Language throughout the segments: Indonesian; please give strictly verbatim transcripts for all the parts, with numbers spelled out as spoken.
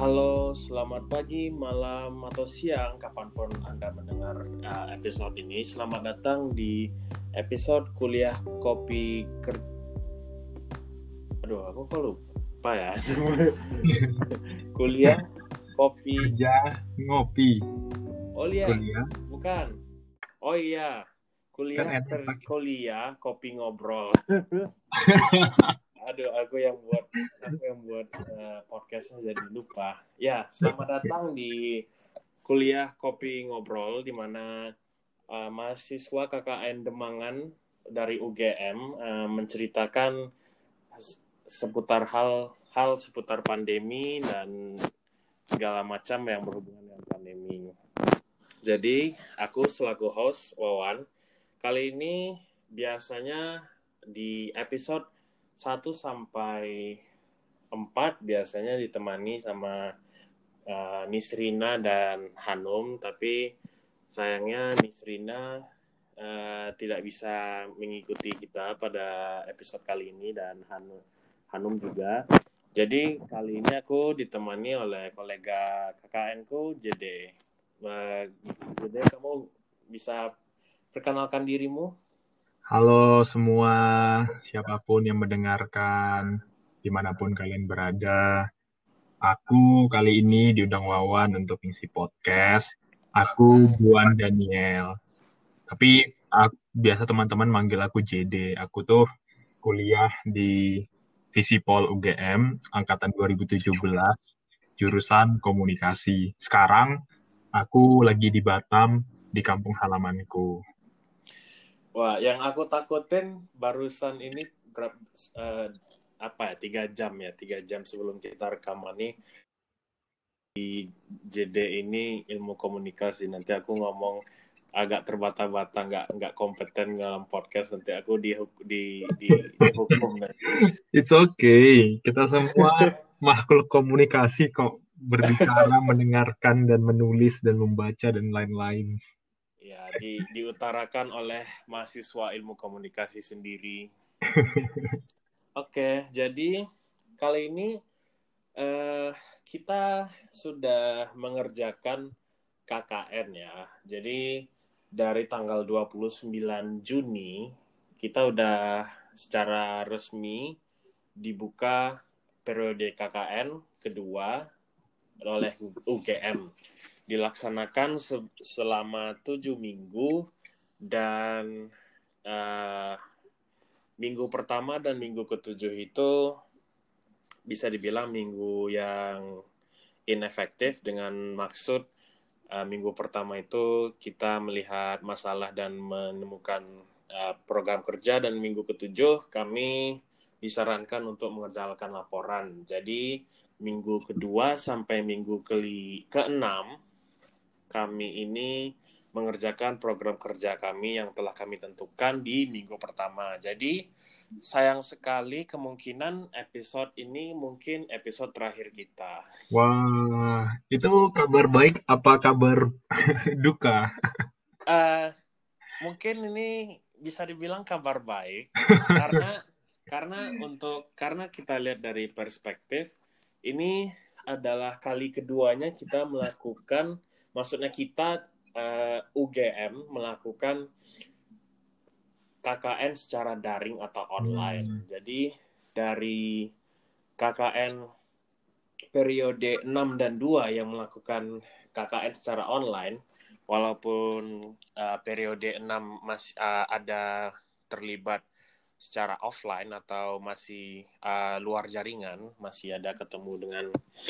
Halo, selamat pagi, malam, atau siang, kapanpun Anda mendengar uh, episode ini. Selamat datang di episode kuliah kopi ker... Aduh, aku kok lupa ya. Kuliah kopi... Kerja ngopi. Oh iya, Kuliah bukan. Oh iya, kan kuliah enak ker... pakai. kuliah kopi ngobrol. Aduh, aku yang buat aku yang buat uh, podcastnya jadi lupa. Ya, selamat datang di kuliah kopi ngobrol di mana uh, mahasiswa K K N Demangan dari U G M uh, menceritakan seputar hal-hal seputar pandemi dan segala macam yang berhubungan dengan pandemi. Jadi, aku selaku host Wawan, kali ini biasanya di episode satu sampai empat biasanya ditemani sama uh, Nisrina dan Hanum, tapi sayangnya Nisrina uh, tidak bisa mengikuti kita pada episode kali ini dan Hanum, Hanum juga. Jadi kali ini aku ditemani oleh kolega K K N-ku J D. Uh, J D, kamu bisa perkenalkan dirimu? Halo semua, siapapun yang mendengarkan, dimanapun kalian berada. Aku kali ini diundang Wawan untuk ngisi podcast. Aku Juan Daniel. Tapi aku, biasa teman-teman manggil aku J D. Aku tuh kuliah di Visipol U G M angkatan dua ribu tujuh belas, jurusan komunikasi. Sekarang aku lagi di Batam, di kampung halamanku. Wah, yang aku takutin barusan ini berapa, uh, apa ya, tiga jam ya, tiga jam sebelum kita rekaman nih, di J D ini ilmu komunikasi. Nanti aku ngomong agak terbata-bata, nggak nggak kompeten dalam podcast, nanti aku di di di dihukum nanti. It's okay. Kita semua makhluk komunikasi kok, berbicara, mendengarkan, dan menulis, dan membaca, dan lain-lain. Ya, di diutarakan oleh mahasiswa ilmu komunikasi sendiri. Oke, jadi kali ini eh, kita sudah mengerjakan K K N ya. Jadi dari tanggal dua puluh sembilan Juni kita udah secara resmi dibuka periode K K N kedua oleh U G M. Dilaksanakan se- selama tujuh minggu dan uh, minggu pertama dan minggu ketujuh itu bisa dibilang minggu yang inefektif, dengan maksud uh, minggu pertama itu kita melihat masalah dan menemukan uh, program kerja, dan minggu ketujuh kami disarankan untuk mengerjakan laporan. Jadi minggu kedua sampai minggu ke- keenam kami ini mengerjakan program kerja kami yang telah kami tentukan di minggu pertama. Jadi sayang sekali kemungkinan episode ini mungkin episode terakhir kita. Wah, itu kabar baik apa kabar duka? Uh, mungkin ini bisa dibilang kabar baik karena karena untuk karena kita lihat dari perspektif ini adalah kali keduanya kita melakukan, maksudnya kita uh, U G M melakukan K K N secara daring atau Hmm, online. Jadi dari K K N periode enam dan dua yang melakukan K K N secara online, walaupun uh, periode enam masih uh, ada terlibat secara offline atau masih uh, luar jaringan, masih ada ketemu dengan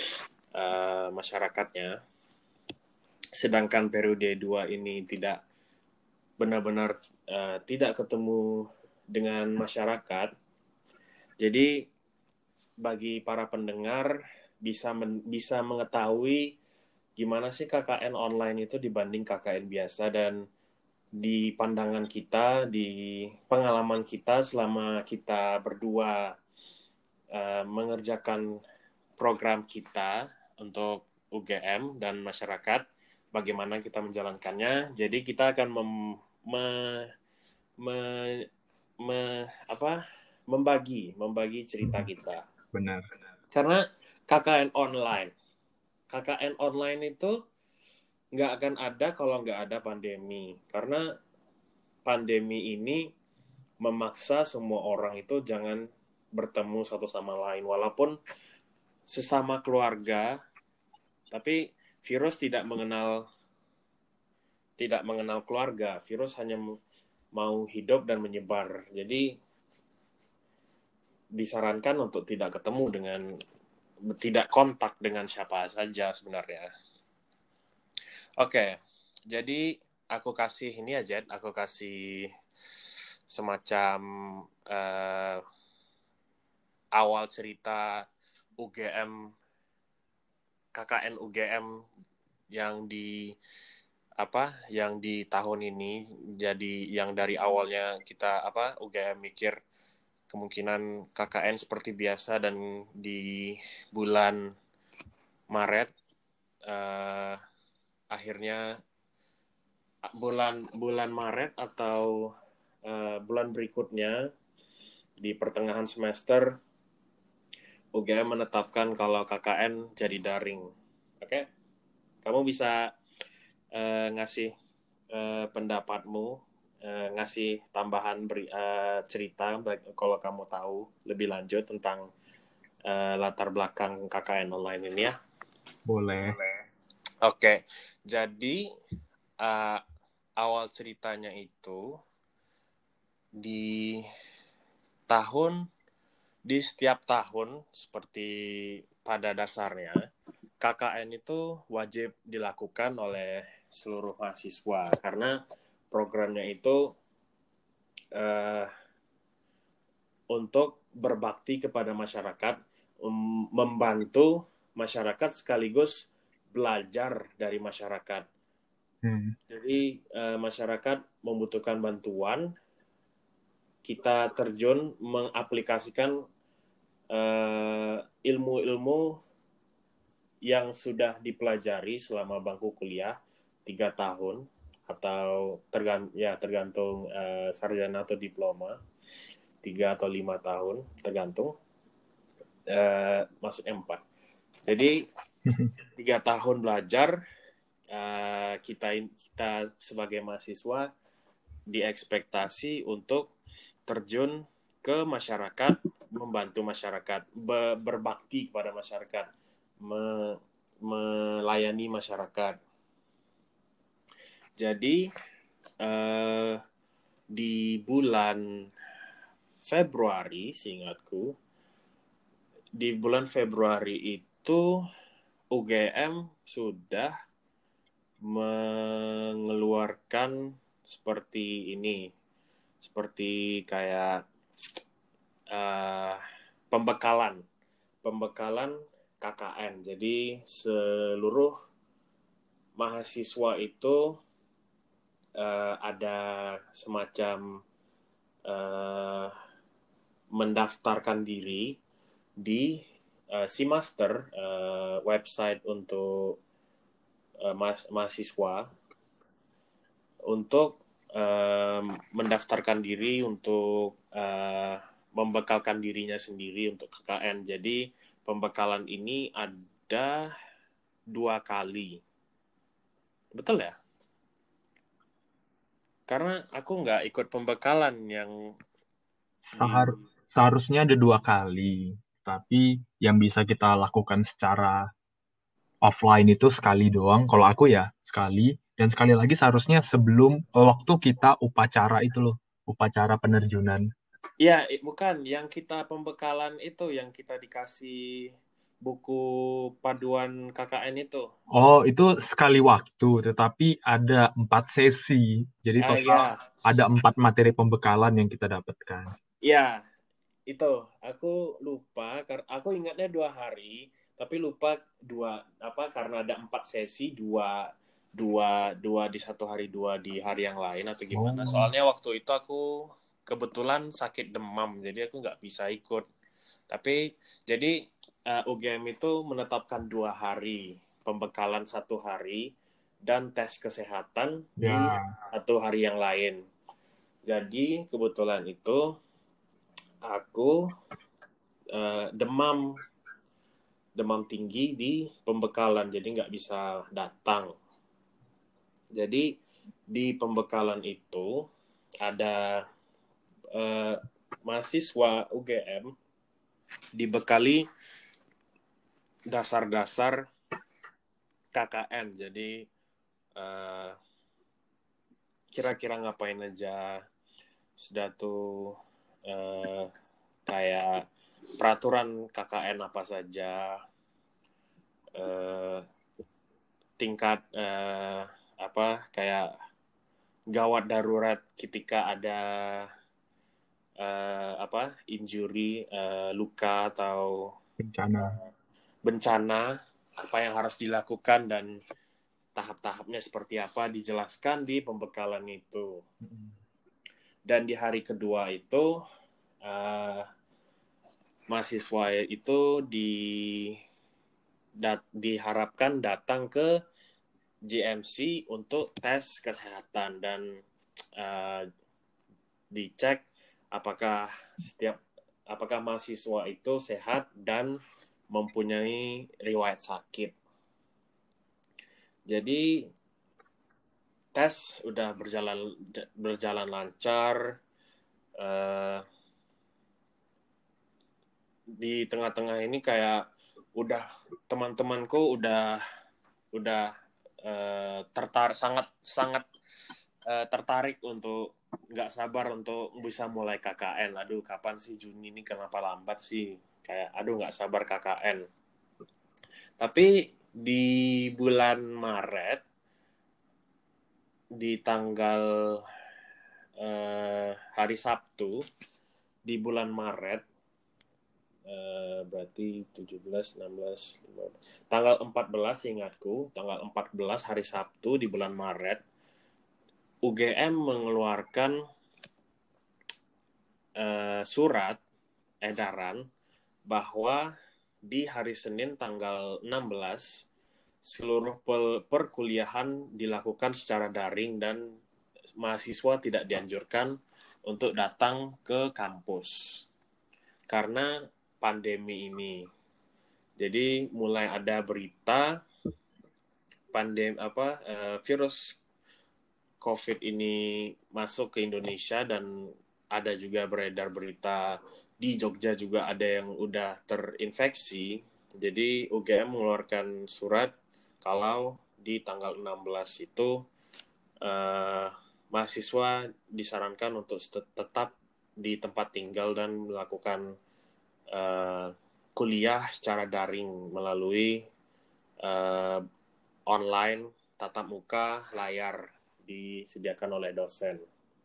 uh, masyarakatnya. Sedangkan periode dua ini tidak benar-benar uh, tidak ketemu dengan masyarakat. Jadi bagi para pendengar bisa men, bisa mengetahui gimana sih K K N online itu dibanding K K N biasa, dan di pandangan kita, di pengalaman kita selama kita berdua uh, mengerjakan program kita untuk U G M dan masyarakat, bagaimana kita menjalankannya. Jadi kita akan mem, me, me, me, apa, membagi membagi cerita kita. benar. Karena K K N online K K N online itu nggak akan ada kalau nggak ada pandemi. Karena pandemi ini memaksa semua orang itu jangan bertemu satu sama lain. Walaupun sesama keluarga, tapi virus tidak mengenal tidak mengenal keluarga. Virus hanya mau hidup dan menyebar. Jadi disarankan untuk tidak ketemu dengan tidak kontak dengan siapa saja sebenarnya. Oke, jadi aku kasih ini aja, aku kasih semacam uh, awal cerita U G M K K N U G M yang di apa yang di tahun ini. Jadi yang dari awalnya kita apa U G M mikir kemungkinan K K N seperti biasa, dan di bulan Maret uh, akhirnya bulan bulan Maret atau uh, bulan berikutnya di pertengahan semester U G M menetapkan kalau K K N jadi daring. Oke, okay? Kamu bisa uh, ngasih uh, pendapatmu, uh, ngasih tambahan beri, uh, cerita baik, kalau kamu tahu lebih lanjut tentang uh, latar belakang K K N online ini ya. Boleh. Oke, okay. Jadi uh, awal ceritanya itu di tahun di setiap tahun seperti pada dasarnya K K N itu wajib dilakukan oleh seluruh mahasiswa karena programnya itu uh, untuk berbakti kepada masyarakat, um, membantu masyarakat sekaligus belajar dari masyarakat. Hmm. Jadi uh, masyarakat membutuhkan bantuan, kita terjun mengaplikasikan uh, ilmu-ilmu yang sudah dipelajari selama bangku kuliah tiga tahun atau tergantung ya tergantung uh, sarjana atau diploma tiga atau lima tahun tergantung uh, maksudnya empat. Jadi tiga tahun belajar. Uh, kita kita sebagai mahasiswa diekspektasi untuk terjun ke masyarakat, membantu masyarakat, be- berbakti kepada masyarakat, me- melayani masyarakat. Jadi uh, di bulan Februari, seingatku, di bulan Februari itu U G M sudah mengeluarkan seperti ini, seperti kayak uh, pembekalan, pembekalan K K N. Jadi seluruh mahasiswa itu uh, ada semacam uh, mendaftarkan diri di uh, Seamaster, uh, website untuk Mas, mahasiswa untuk uh, mendaftarkan diri untuk uh, membekalkan dirinya sendiri untuk K K N. Jadi pembekalan ini ada dua kali. Betul ya? Karena aku nggak ikut pembekalan yang Sehar- di... Seharusnya ada dua kali. Tapi yang bisa kita lakukan secara offline itu sekali doang. Kalau aku ya sekali. Dan sekali lagi seharusnya sebelum waktu kita upacara itu loh. Upacara penerjunan. Iya, bukan. Yang kita pembekalan itu, yang kita dikasih buku paduan K K N itu. Oh, itu sekali waktu. Tetapi ada empat sesi. Jadi ah, total ya. ada empat materi pembekalan yang kita dapatkan. Iya, itu. Aku lupa. Aku ingatnya dua hari. Tapi lupa dua apa karena ada empat sesi, dua dua dua di satu hari, dua di hari yang lain atau gimana. Oh. Soalnya waktu itu aku kebetulan sakit demam, jadi aku nggak bisa ikut. Tapi jadi uh, U G M itu menetapkan dua hari, pembekalan satu hari dan tes kesehatan ya. Di satu hari yang lain. Jadi kebetulan itu aku uh, demam demam tinggi di pembekalan, jadi nggak bisa datang. Jadi di pembekalan itu ada eh, mahasiswa U G M dibekali dasar-dasar K K N. Jadi uh, kira-kira ngapain aja. Sudah tuh uh, kayak peraturan K K N apa saja, uh, tingkat uh, apa kayak gawat darurat ketika ada uh, apa injury, uh, luka atau bencana. bencana, apa yang harus dilakukan dan tahap-tahapnya seperti apa dijelaskan di pembekalan itu. Dan di hari kedua itu uh, mahasiswa itu di dat, diharapkan datang ke J M C untuk tes kesehatan dan uh, dicek apakah setiap apakah mahasiswa itu sehat dan mempunyai riwayat sakit. Jadi tes udah berjalan berjalan lancar. Uh, di tengah-tengah ini kayak udah teman-temanku udah udah uh, tertarik sangat sangat uh, tertarik untuk nggak sabar untuk bisa mulai K K N. Aduh, kapan sih Juni ini, kenapa lambat sih? Kayak aduh nggak sabar K K N. Tapi di bulan Maret, di tanggal uh, hari Sabtu di bulan Maret, uh, berarti tujuh belas, enam belas, lima belas, tanggal empat belas ingatku, tanggal empat belas hari Sabtu di bulan Maret, U G M mengeluarkan uh, surat edaran bahwa di hari Senin tanggal enam belas seluruh perkuliahan dilakukan secara daring dan mahasiswa tidak dianjurkan untuk datang ke kampus karena pandemi ini. Jadi mulai ada berita pandemi apa uh, virus COVID ini masuk ke Indonesia, dan ada juga beredar berita di Jogja juga ada yang udah terinfeksi. Jadi U G M mengeluarkan surat kalau di tanggal enam belas itu uh, mahasiswa disarankan untuk tetap di tempat tinggal dan melakukan uh, kuliah secara daring melalui uh, online, tatap muka, layar disediakan oleh dosen.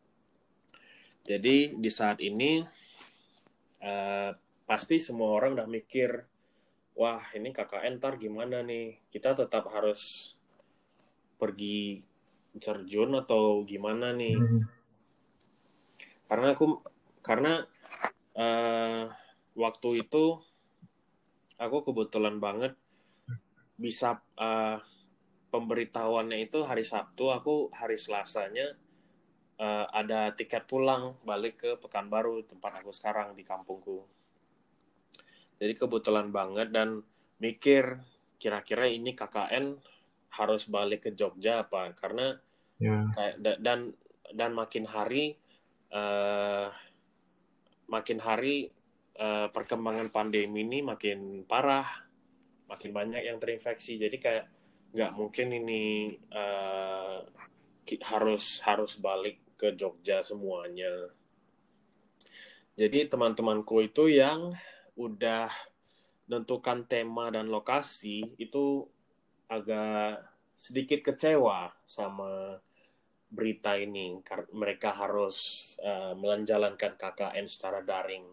Jadi di saat ini uh, pasti semua orang udah mikir, wah ini K K N ntar gimana nih? Kita tetap harus pergi terjun atau gimana nih? Hmm. Karena aku karena uh, waktu itu aku kebetulan banget bisa uh, pemberitahuannya itu hari Sabtu, aku hari Selasanya uh, ada tiket pulang balik ke Pekanbaru, tempat aku sekarang di kampungku. Jadi kebetulan banget dan mikir kira-kira ini K K N harus balik ke Jogja apa, karena yeah. kayak dan dan makin hari uh, makin hari uh, perkembangan pandemi ini makin parah, makin banyak yang terinfeksi. Jadi kayak nggak mungkin ini uh, harus harus balik ke Jogja semuanya. Jadi teman-temanku itu yang udah menentukan tema dan lokasi itu agak sedikit kecewa sama berita ini, karena mereka harus uh, menjalankan K K N secara daring.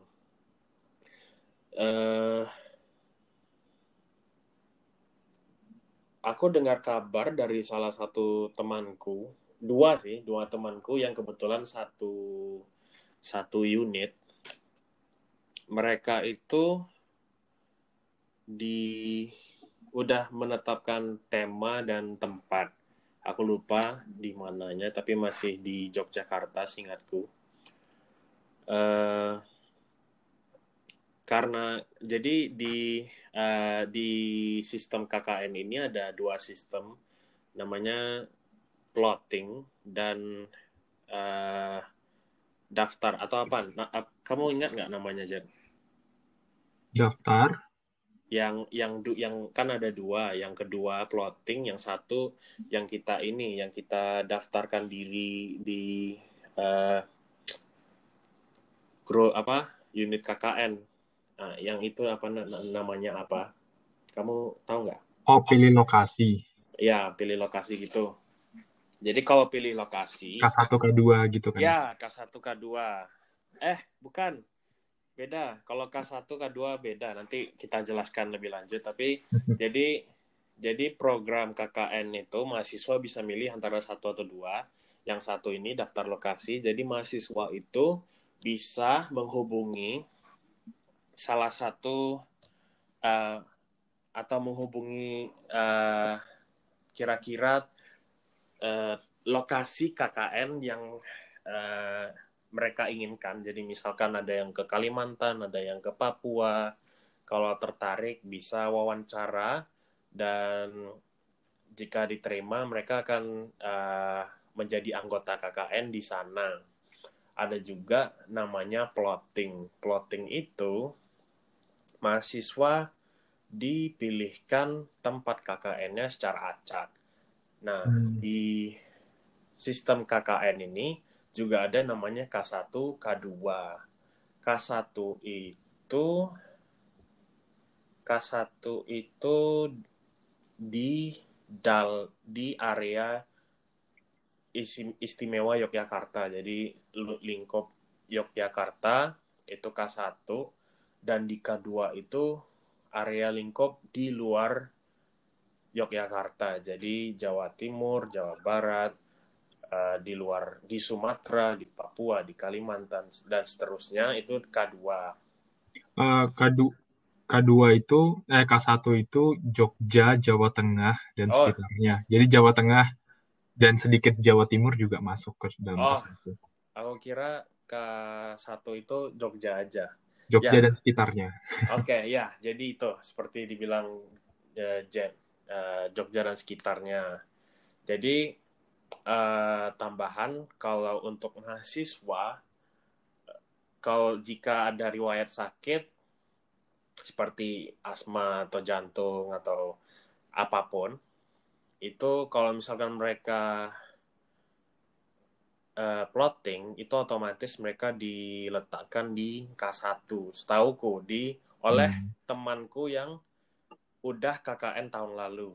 Uh, aku dengar kabar dari salah satu temanku, dua sih, dua temanku yang kebetulan satu satu unit. Mereka itu di udah menetapkan tema dan tempat. Aku lupa di mananya, tapi masih di Yogyakarta, seingatku. Uh, karena jadi di uh, di sistem K K N ini ada dua sistem, namanya plotting dan uh, daftar atau apa? Nah, kamu ingat nggak namanya, Jen? Daftar. Yang yang yang kan ada dua, yang kedua plotting, yang satu yang kita ini, yang kita daftarkan diri di uh, gro apa unit K K N. Nah, yang itu apa namanya apa? Kamu tahu nggak? Oh, pilih lokasi. Ya, pilih lokasi gitu. Jadi kalau pilih lokasi K satu, K dua gitu kan? Ya, K satu, K dua. Eh, bukan. Beda. Kalau K satu, K dua beda. Nanti kita jelaskan lebih lanjut. Tapi jadi jadi program K K N itu mahasiswa bisa milih antara satu atau dua. Yang satu ini daftar lokasi. Jadi mahasiswa itu bisa menghubungi salah satu uh, atau menghubungi uh, kira-kira uh, lokasi K K N yang uh, mereka inginkan. Jadi misalkan ada yang ke Kalimantan, ada yang ke Papua. Kalau tertarik bisa wawancara dan jika diterima mereka akan uh, menjadi anggota K K N di sana. Ada juga namanya plotting. Plotting itu mahasiswa dipilihkan tempat K K N-nya secara acak. Nah, hmm. di sistem K K N ini juga ada namanya K satu, K dua. K satu itu K satu itu di dal di area istimewa Yogyakarta. Jadi lingkup Yogyakarta itu K satu dan di K dua itu area lingkup di luar Yogyakarta. Jadi Jawa Timur, Jawa Barat, Uh, di luar, di Sumatera, di Papua, di Kalimantan, dan seterusnya, itu K dua. Uh, K dua, K dua itu, eh K satu itu Jogja, Jawa Tengah, dan oh. sekitarnya. Jadi Jawa Tengah dan sedikit Jawa Timur juga masuk ke dalam oh, K satu. Aku kira K satu itu Jogja aja. Jogja ya. Dan sekitarnya. Oke, okay, ya. Jadi itu, seperti dibilang uh, Jen, uh, Jogja dan sekitarnya. Jadi, Uh, tambahan kalau untuk mahasiswa, kalau jika ada riwayat sakit seperti asma atau jantung atau apapun, itu kalau misalkan mereka uh, plotting, itu otomatis mereka diletakkan di K satu. Setauku di oleh hmm. temanku yang udah K K N tahun lalu.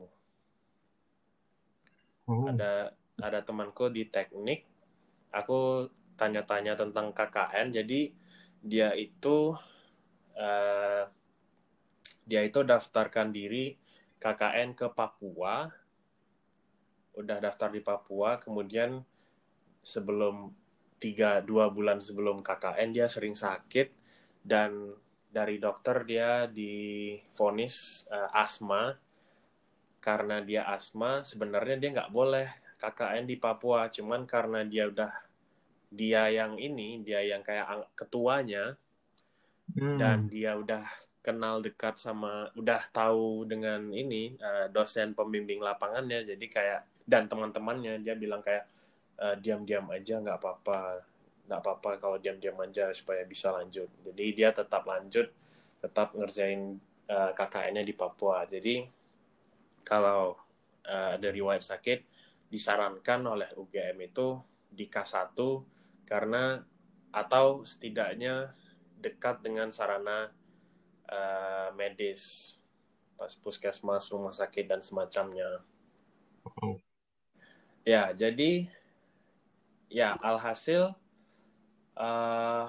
Oh. Ada ada temanku di teknik, aku tanya-tanya tentang K K N, jadi dia itu uh, dia itu daftarkan diri K K N ke Papua, udah daftar di Papua, kemudian sebelum tiga dua bulan sebelum K K N dia sering sakit dan dari dokter dia divonis uh, asma. Karena dia asma, sebenarnya dia nggak boleh K K N di Papua, cuman karena dia udah dia yang ini, dia yang kayak ketuanya, hmm. dan dia udah kenal dekat sama, udah tahu dengan ini uh, dosen pembimbing lapangannya, jadi kayak dan teman-temannya, dia bilang kayak uh, diam-diam aja, nggak apa-apa, nggak apa-apa kalau diam-diam aja supaya bisa lanjut. Jadi dia tetap lanjut, tetap ngerjain uh, K K N-nya di Papua. Jadi kalau uh, ada riwayat sakit, disarankan oleh U G M itu di K satu karena atau setidaknya dekat dengan sarana uh, medis, puskesmas, rumah sakit, dan semacamnya. Oh. Ya, jadi ya alhasil uh,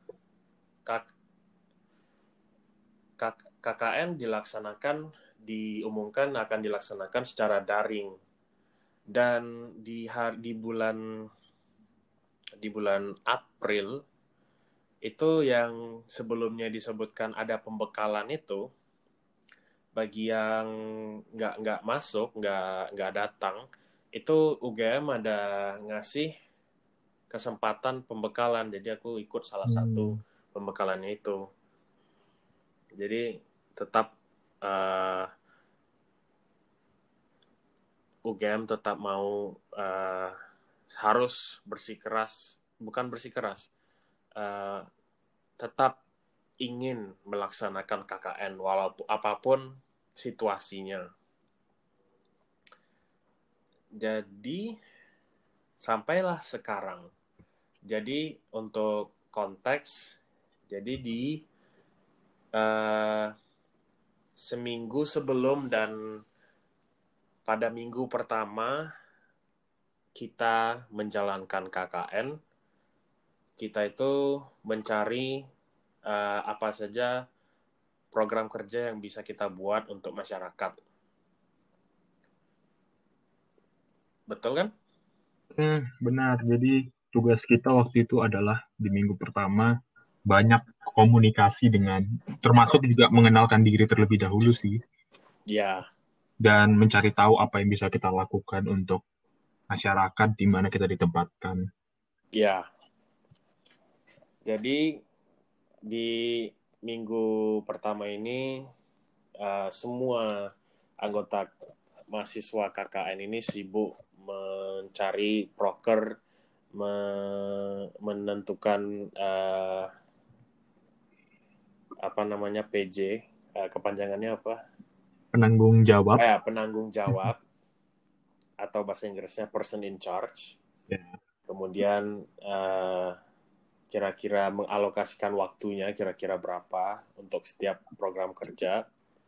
K K N dilaksanakan diumumkan akan dilaksanakan secara daring dan di hari, di bulan di bulan April itu yang sebelumnya disebutkan ada pembekalan itu bagi yang nggak nggak masuk nggak nggak datang itu U G M ada ngasih kesempatan pembekalan, jadi aku ikut salah hmm. satu pembekalannya itu. Jadi tetap uh, U G M tetap mau uh, harus bersikeras, bukan bersikeras, uh, tetap ingin melaksanakan K K N walaupun apapun situasinya. Jadi sampailah sekarang. Jadi untuk konteks, jadi di uh, seminggu sebelum dan pada minggu pertama kita menjalankan K K N, kita itu mencari uh, apa saja program kerja yang bisa kita buat untuk masyarakat. Betul kan? Hmm, benar. Jadi tugas kita waktu itu adalah di minggu pertama banyak komunikasi dengan, termasuk juga mengenalkan diri terlebih dahulu sih, Ya, dan mencari tahu apa yang bisa kita lakukan untuk masyarakat di mana kita ditempatkan. ya. Jadi di minggu pertama ini uh, semua anggota mahasiswa K K N ini sibuk mencari proker, me- menentukan uh, apa namanya P J, uh, kepanjangannya apa? Penanggung jawab. Eh, penanggung jawab atau bahasa Inggrisnya person in charge. Ya. Kemudian uh, kira-kira mengalokasikan waktunya kira-kira berapa untuk setiap program kerja.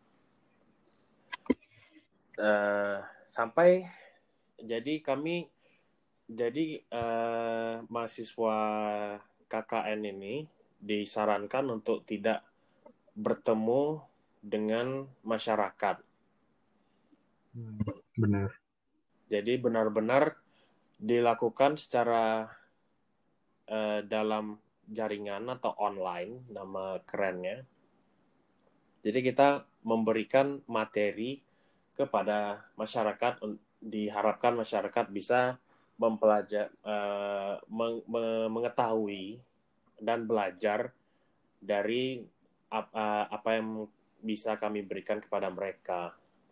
Uh, sampai jadi kami jadi uh, mahasiswa K K N ini disarankan untuk tidak bertemu dengan masyarakat. Hmm, benar. Jadi benar-benar dilakukan secara uh, dalam jaringan atau online, nama kerennya. Jadi kita memberikan materi kepada masyarakat, diharapkan masyarakat bisa mempelajari, uh, meng, mengetahui dan belajar dari apa, apa yang bisa kami berikan kepada mereka.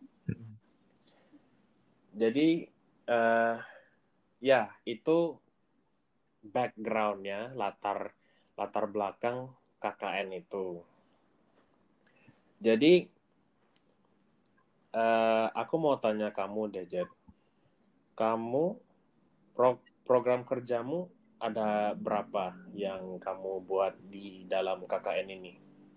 Jadi uh, ya itu backgroundnya, latar latar belakang K K N itu. Jadi uh, aku mau tanya kamu deh, Jet. Kamu pro, program kerjamu ada berapa yang kamu buat di dalam K K N ini?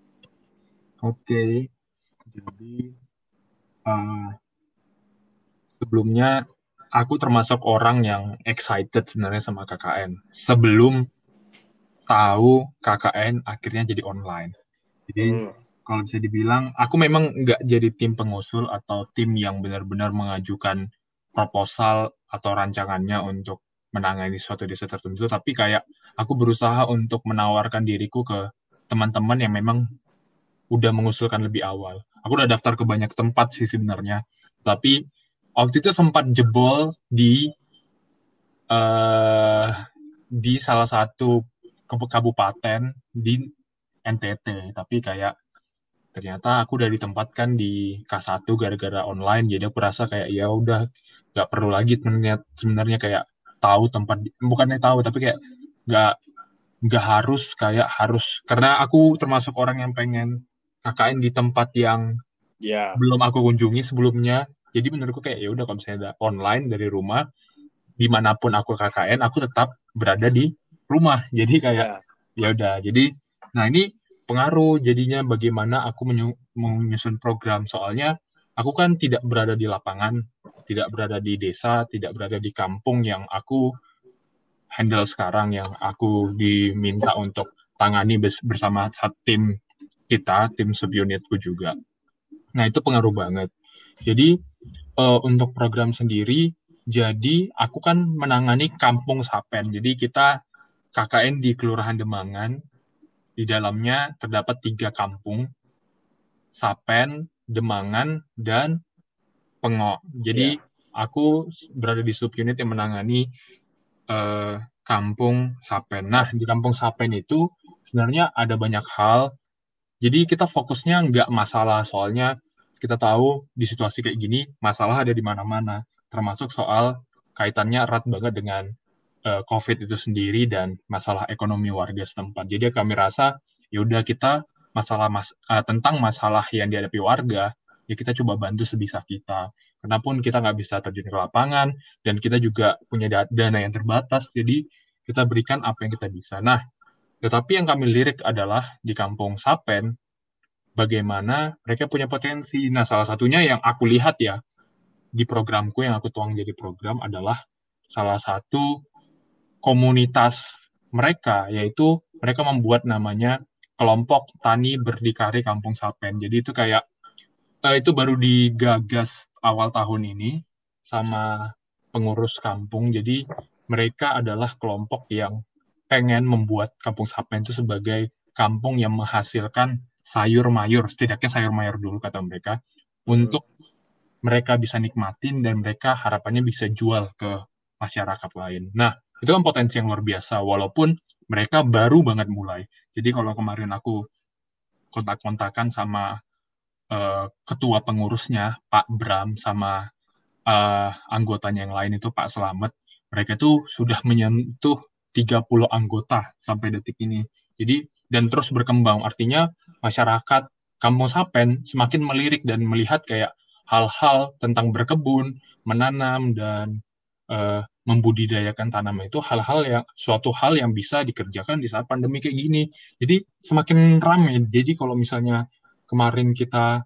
Oke, jadi uh, sebelumnya aku termasuk orang yang excited sebenarnya sama K K N. Sebelum tahu K K N akhirnya jadi online. Jadi Hmm. kalau bisa dibilang, aku memang nggak jadi tim pengusul atau tim yang benar-benar mengajukan proposal atau rancangannya untuk menangani suatu desa tertentu, tapi kayak aku berusaha untuk menawarkan diriku ke teman-teman yang memang udah mengusulkan lebih awal. Aku udah daftar ke banyak tempat sih sebenarnya, tapi waktu itu sempat jebol di uh, di salah satu kabupaten di N T T, tapi kayak ternyata aku udah ditempatkan di K satu gara-gara online, jadi aku rasa kayak ya udah nggak perlu lagi sebenarnya sebenarnya kayak tahu tempat, bukannya tahu tapi kayak nggak nggak harus kayak harus, karena aku termasuk orang yang pengen K K N di tempat yang Ya. belum aku kunjungi sebelumnya. Jadi menurutku kayak ya udah kalau misalnya ada online dari rumah, dimanapun aku K K N aku tetap berada di rumah, jadi kayak Ya. ya udah. Jadi nah ini pengaruh jadinya bagaimana aku menyusun program, soalnya aku kan tidak berada di lapangan, tidak berada di desa, tidak berada di kampung yang aku handle sekarang, yang aku diminta untuk tangani bersama tim kita, tim subunitku juga. Nah itu pengaruh banget. Jadi uh, untuk program sendiri, jadi aku kan menangani Kampung Sapen. Jadi kita K K N di Kelurahan Demangan. Di dalamnya terdapat tiga kampung, Sapen, Demangan, dan Pengok. Jadi Ya. aku berada di subunit yang menangani uh, Kampung Sapen. Nah, di Kampung Sapen itu sebenarnya ada banyak hal Jadi kita fokusnya nggak masalah, soalnya kita tahu di situasi kayak gini, masalah ada di mana-mana. Termasuk soal kaitannya erat banget dengan uh, COVID itu sendiri dan masalah ekonomi warga setempat. Jadi kami rasa, ya udah kita masalah mas, uh, tentang masalah yang dihadapi warga, ya kita coba bantu sebisa kita. Kenapun kita nggak bisa terjun ke lapangan, dan kita juga punya da- dana yang terbatas, jadi kita berikan apa yang kita bisa. Nah, tetapi yang kami lirik adalah di Kampung Sapen, bagaimana mereka punya potensi. Nah, salah satunya yang aku lihat ya, di programku yang aku tuang jadi program adalah salah satu komunitas mereka, yaitu mereka membuat namanya Kelompok Tani Berdikari Kampung Sapen. Jadi itu kayak, eh, itu baru digagas awal tahun ini sama pengurus kampung. Jadi mereka adalah kelompok yang pengen membuat Kampung Sapen itu sebagai kampung yang menghasilkan sayur mayur, setidaknya sayur mayur dulu kata mereka, Hmm. untuk mereka bisa nikmatin dan mereka harapannya bisa jual ke masyarakat lain. Nah, itu kan potensi yang luar biasa, walaupun mereka baru banget mulai. Jadi kalau kemarin aku kontak-kontakan sama uh, ketua pengurusnya, Pak Bram, sama uh, anggotanya yang lain itu Pak Slamet, mereka itu sudah menyentuh tiga puluh anggota sampai detik ini. Jadi, dan terus berkembang. Artinya, masyarakat Kampung Sapen semakin melirik dan melihat kayak hal-hal tentang berkebun, menanam, dan uh, membudidayakan tanaman itu hal-hal yang suatu hal yang bisa dikerjakan di saat pandemi kayak gini. Jadi semakin ramai. Jadi kalau misalnya kemarin kita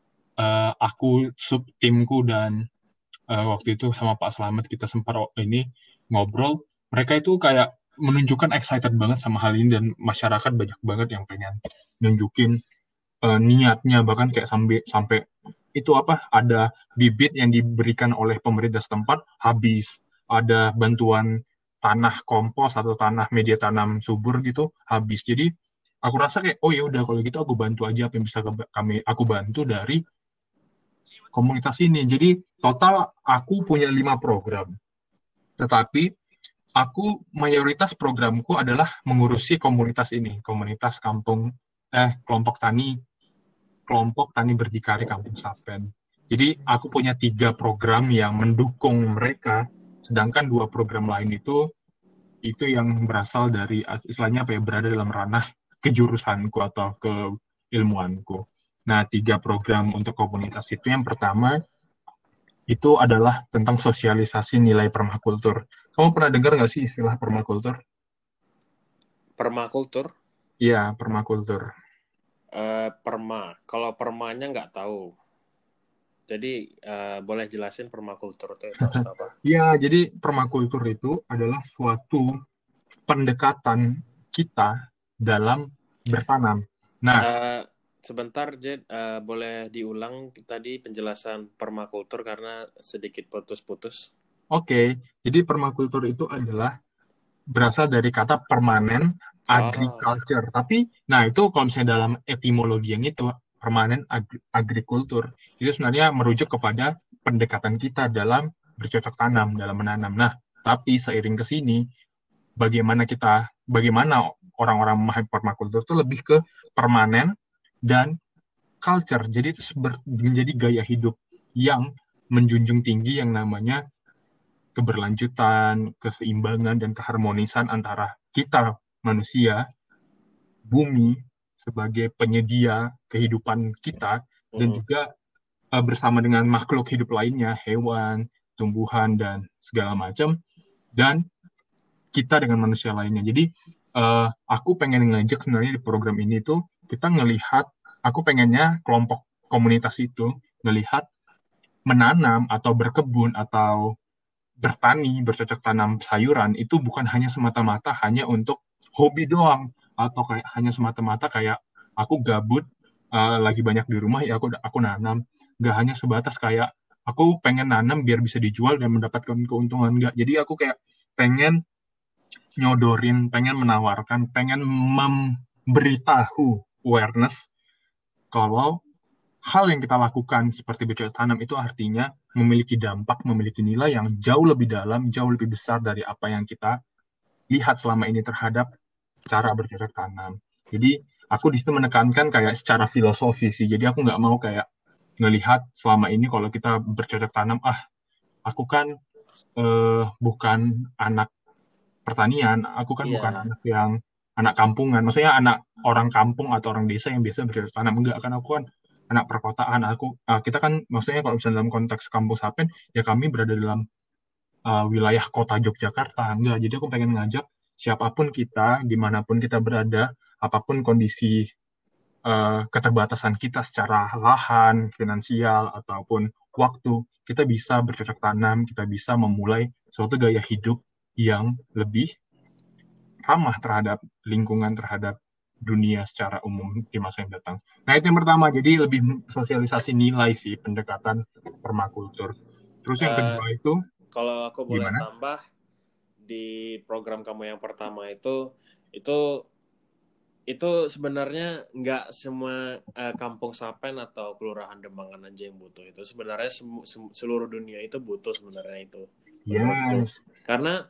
uh, aku sub timku dan uh, waktu itu sama Pak Slamet kita sempat ini ngobrol, mereka itu kayak menunjukkan excited banget sama hal ini dan masyarakat banyak banget yang pengen nunjukin uh, niatnya, bahkan kayak sampai sampai itu apa, ada bibit yang diberikan oleh pemerintah setempat habis, ada bantuan tanah kompos atau tanah media tanam subur gitu habis. Jadi aku rasa kayak, oh ya udah kalau gitu aku bantu aja apa yang bisa kami aku bantu dari komunitas ini. Jadi total aku punya lima program. Tetapi aku mayoritas programku adalah mengurusi komunitas ini, komunitas kampung eh kelompok tani kelompok tani berdikari Kampung Sapen. Jadi aku punya tiga program yang mendukung mereka, sedangkan dua program lain itu itu yang berasal dari istilahnya apa ya, berada dalam ranah kejurusanku atau keilmuanku. Nah, tiga program untuk komunitas itu, yang pertama itu adalah tentang sosialisasi nilai permakultur. Kamu pernah dengar nggak sih istilah permakultur? Permakultur? Iya, permakultur. Uh, perma. Kalau permanya nggak tahu. Jadi uh, boleh jelasin permakultur itu maksud apa? Iya, jadi permakultur itu adalah suatu pendekatan kita dalam bertanam. Nah, Uh, sebentar, Jed, uh, boleh diulang tadi penjelasan permakultur karena sedikit putus-putus. oke, okay. Jadi permakultur itu adalah berasal dari kata permanen Oh, agriculture. Tapi, nah itu kalau misalnya dalam etimologi yang itu, permanen agri agrikultur, itu sebenarnya merujuk kepada pendekatan kita dalam bercocok tanam, dalam menanam. Nah, tapi seiring ke sini, bagaimana kita, bagaimana orang-orang memahami permakultur itu lebih ke permanen dan culture. Jadi itu menjadi gaya hidup yang menjunjung tinggi yang namanya keberlanjutan, keseimbangan, dan keharmonisan antara kita manusia, bumi sebagai penyedia kehidupan kita, dan mm-mm. juga uh, bersama dengan makhluk hidup lainnya, hewan, tumbuhan, dan segala macam, dan kita dengan manusia lainnya. Jadi uh, aku pengen ngajak sebenarnya di program ini tuh kita ngelihat, aku pengennya kelompok komunitas itu ngelihat menanam atau berkebun atau bertani, bercocok tanam sayuran itu bukan hanya semata-mata hanya untuk hobi doang, atau kayak hanya semata-mata kayak aku gabut, uh, lagi banyak di rumah ya aku aku nanam. Nggak hanya sebatas kayak aku pengen nanam biar bisa dijual dan mendapatkan keuntungan, nggak. Jadi aku kayak pengen nyodorin, pengen menawarkan, pengen memberitahu awareness kalau hal yang kita lakukan seperti bercocok tanam itu artinya memiliki dampak, memiliki nilai yang jauh lebih dalam, jauh lebih besar dari apa yang kita lihat selama ini terhadap cara bercocok tanam. Jadi aku di situ menekankan kayak secara filosofi sih. Jadi aku nggak mau kayak ngelihat selama ini kalau kita bercocok tanam, ah aku kan eh, bukan anak pertanian, aku kan bukan Iya, anak yang anak kampungan. Maksudnya anak orang kampung atau orang desa yang biasa bercocok tanam. Enggak, kan aku kan anak perkotaan. Aku eh, kita kan maksudnya kalau misalnya dalam konteks kampus Sapen, ya kami berada dalam eh, wilayah kota Yogyakarta. Enggak, jadi aku pengen ngajak siapapun kita, dimanapun kita berada, apapun kondisi eh, keterbatasan kita secara lahan, finansial, ataupun waktu, kita bisa bercocok tanam, kita bisa memulai suatu gaya hidup yang lebih ramah terhadap lingkungan, terhadap dunia secara umum di masa yang datang. Nah, itu yang pertama. Jadi lebih sosialisasi nilai sih, pendekatan permakultur. Terus yang Eh, kedua itu, kalau aku boleh gimana? tambah di program kamu yang pertama itu, itu itu sebenarnya nggak semua eh, kampung Sapen atau kelurahan Dembangan aja yang butuh itu. Sebenarnya semu- sem- seluruh dunia itu butuh sebenarnya itu, menurutku. Yes. Karena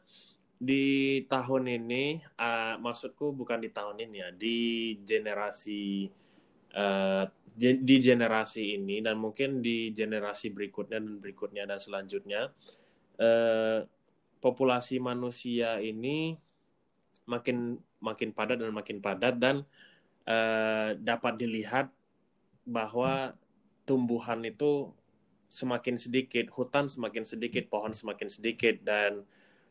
di tahun ini, eh, maksudku bukan di tahun ini ya, di generasi eh, di di generasi ini dan mungkin di generasi berikutnya dan berikutnya dan selanjutnya, eh, populasi manusia ini makin makin padat dan makin padat dan eh, dapat dilihat bahwa tumbuhan itu semakin sedikit, hutan semakin sedikit, pohon semakin sedikit, dan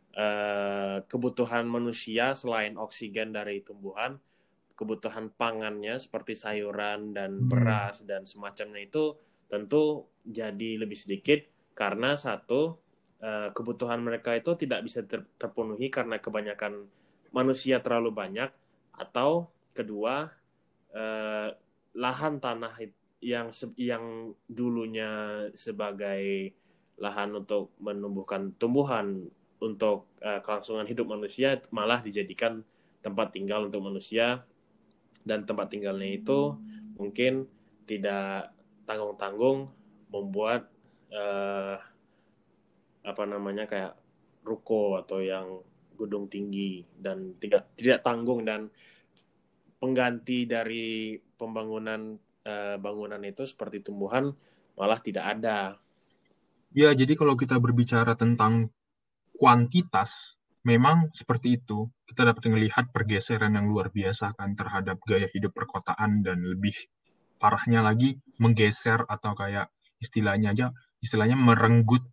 eh, kebutuhan manusia selain oksigen dari tumbuhan, kebutuhan pangannya seperti sayuran dan Hmm. beras dan semacamnya itu tentu jadi lebih sedikit karena satu, eh, kebutuhan mereka itu tidak bisa ter- terpenuhi karena kebanyakan manusia terlalu banyak, atau kedua, eh, lahan tanah yang yang dulunya sebagai lahan untuk menumbuhkan tumbuhan untuk eh, kelangsungan hidup manusia malah dijadikan tempat tinggal untuk manusia, dan tempat tinggalnya itu mungkin tidak tanggung-tanggung membuat eh, apa namanya kayak ruko atau yang gedung tinggi, dan tidak tidak tanggung, dan pengganti dari pembangunan eh, bangunan itu seperti tumbuhan malah tidak ada. Ya, jadi kalau kita berbicara tentang kuantitas, memang seperti itu. Kita dapat melihat pergeseran yang luar biasa kan terhadap gaya hidup perkotaan dan lebih parahnya lagi menggeser atau kayak istilahnya aja, istilahnya merenggut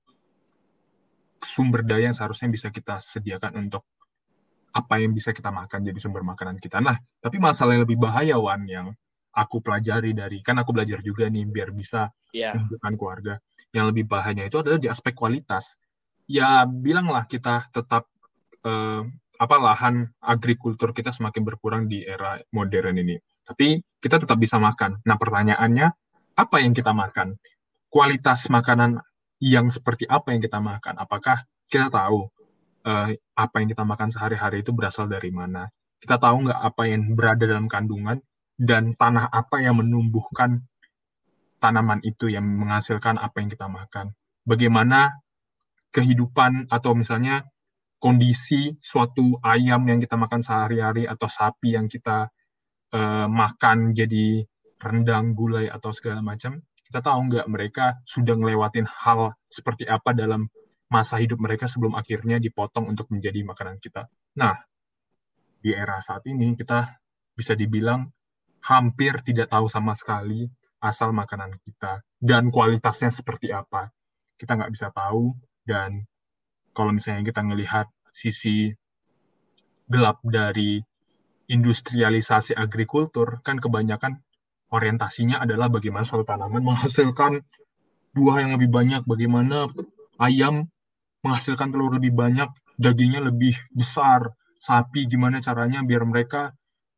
sumber daya yang seharusnya bisa kita sediakan untuk apa yang bisa kita makan jadi sumber makanan kita. Nah, tapi masalah yang lebih bahaya, Wan, yang aku pelajari dari, kan aku belajar juga nih biar bisa Ya, menunjukkan keluarga. Yang lebih bahayanya itu adalah di aspek kualitas. Ya, bilanglah kita tetap eh, apa lahan agrikultur kita semakin berkurang di era modern ini. Tapi kita tetap bisa makan. Nah, pertanyaannya, apa yang kita makan? Kualitas makanan yang seperti apa yang kita makan? Apakah kita tahu eh, apa yang kita makan sehari-hari itu berasal dari mana? Kita tahu nggak apa yang berada dalam kandungan dan tanah apa yang menumbuhkan tanaman itu yang menghasilkan apa yang kita makan? Bagaimana kehidupan atau misalnya kondisi suatu ayam yang kita makan sehari-hari atau sapi yang kita eh, makan jadi rendang, gulai atau segala macam, kita tahu nggak mereka sudah ngelewatin hal seperti apa dalam masa hidup mereka sebelum akhirnya dipotong untuk menjadi makanan kita. Nah, di era saat ini kita bisa dibilang hampir tidak tahu sama sekali asal makanan kita dan kualitasnya seperti apa. Kita nggak bisa tahu, dan kalau misalnya kita melihat sisi gelap dari industrialisasi agrikultur, kan kebanyakan orientasinya adalah bagaimana suatu tanaman menghasilkan buah yang lebih banyak, bagaimana ayam menghasilkan telur lebih banyak, dagingnya lebih besar, sapi gimana caranya biar mereka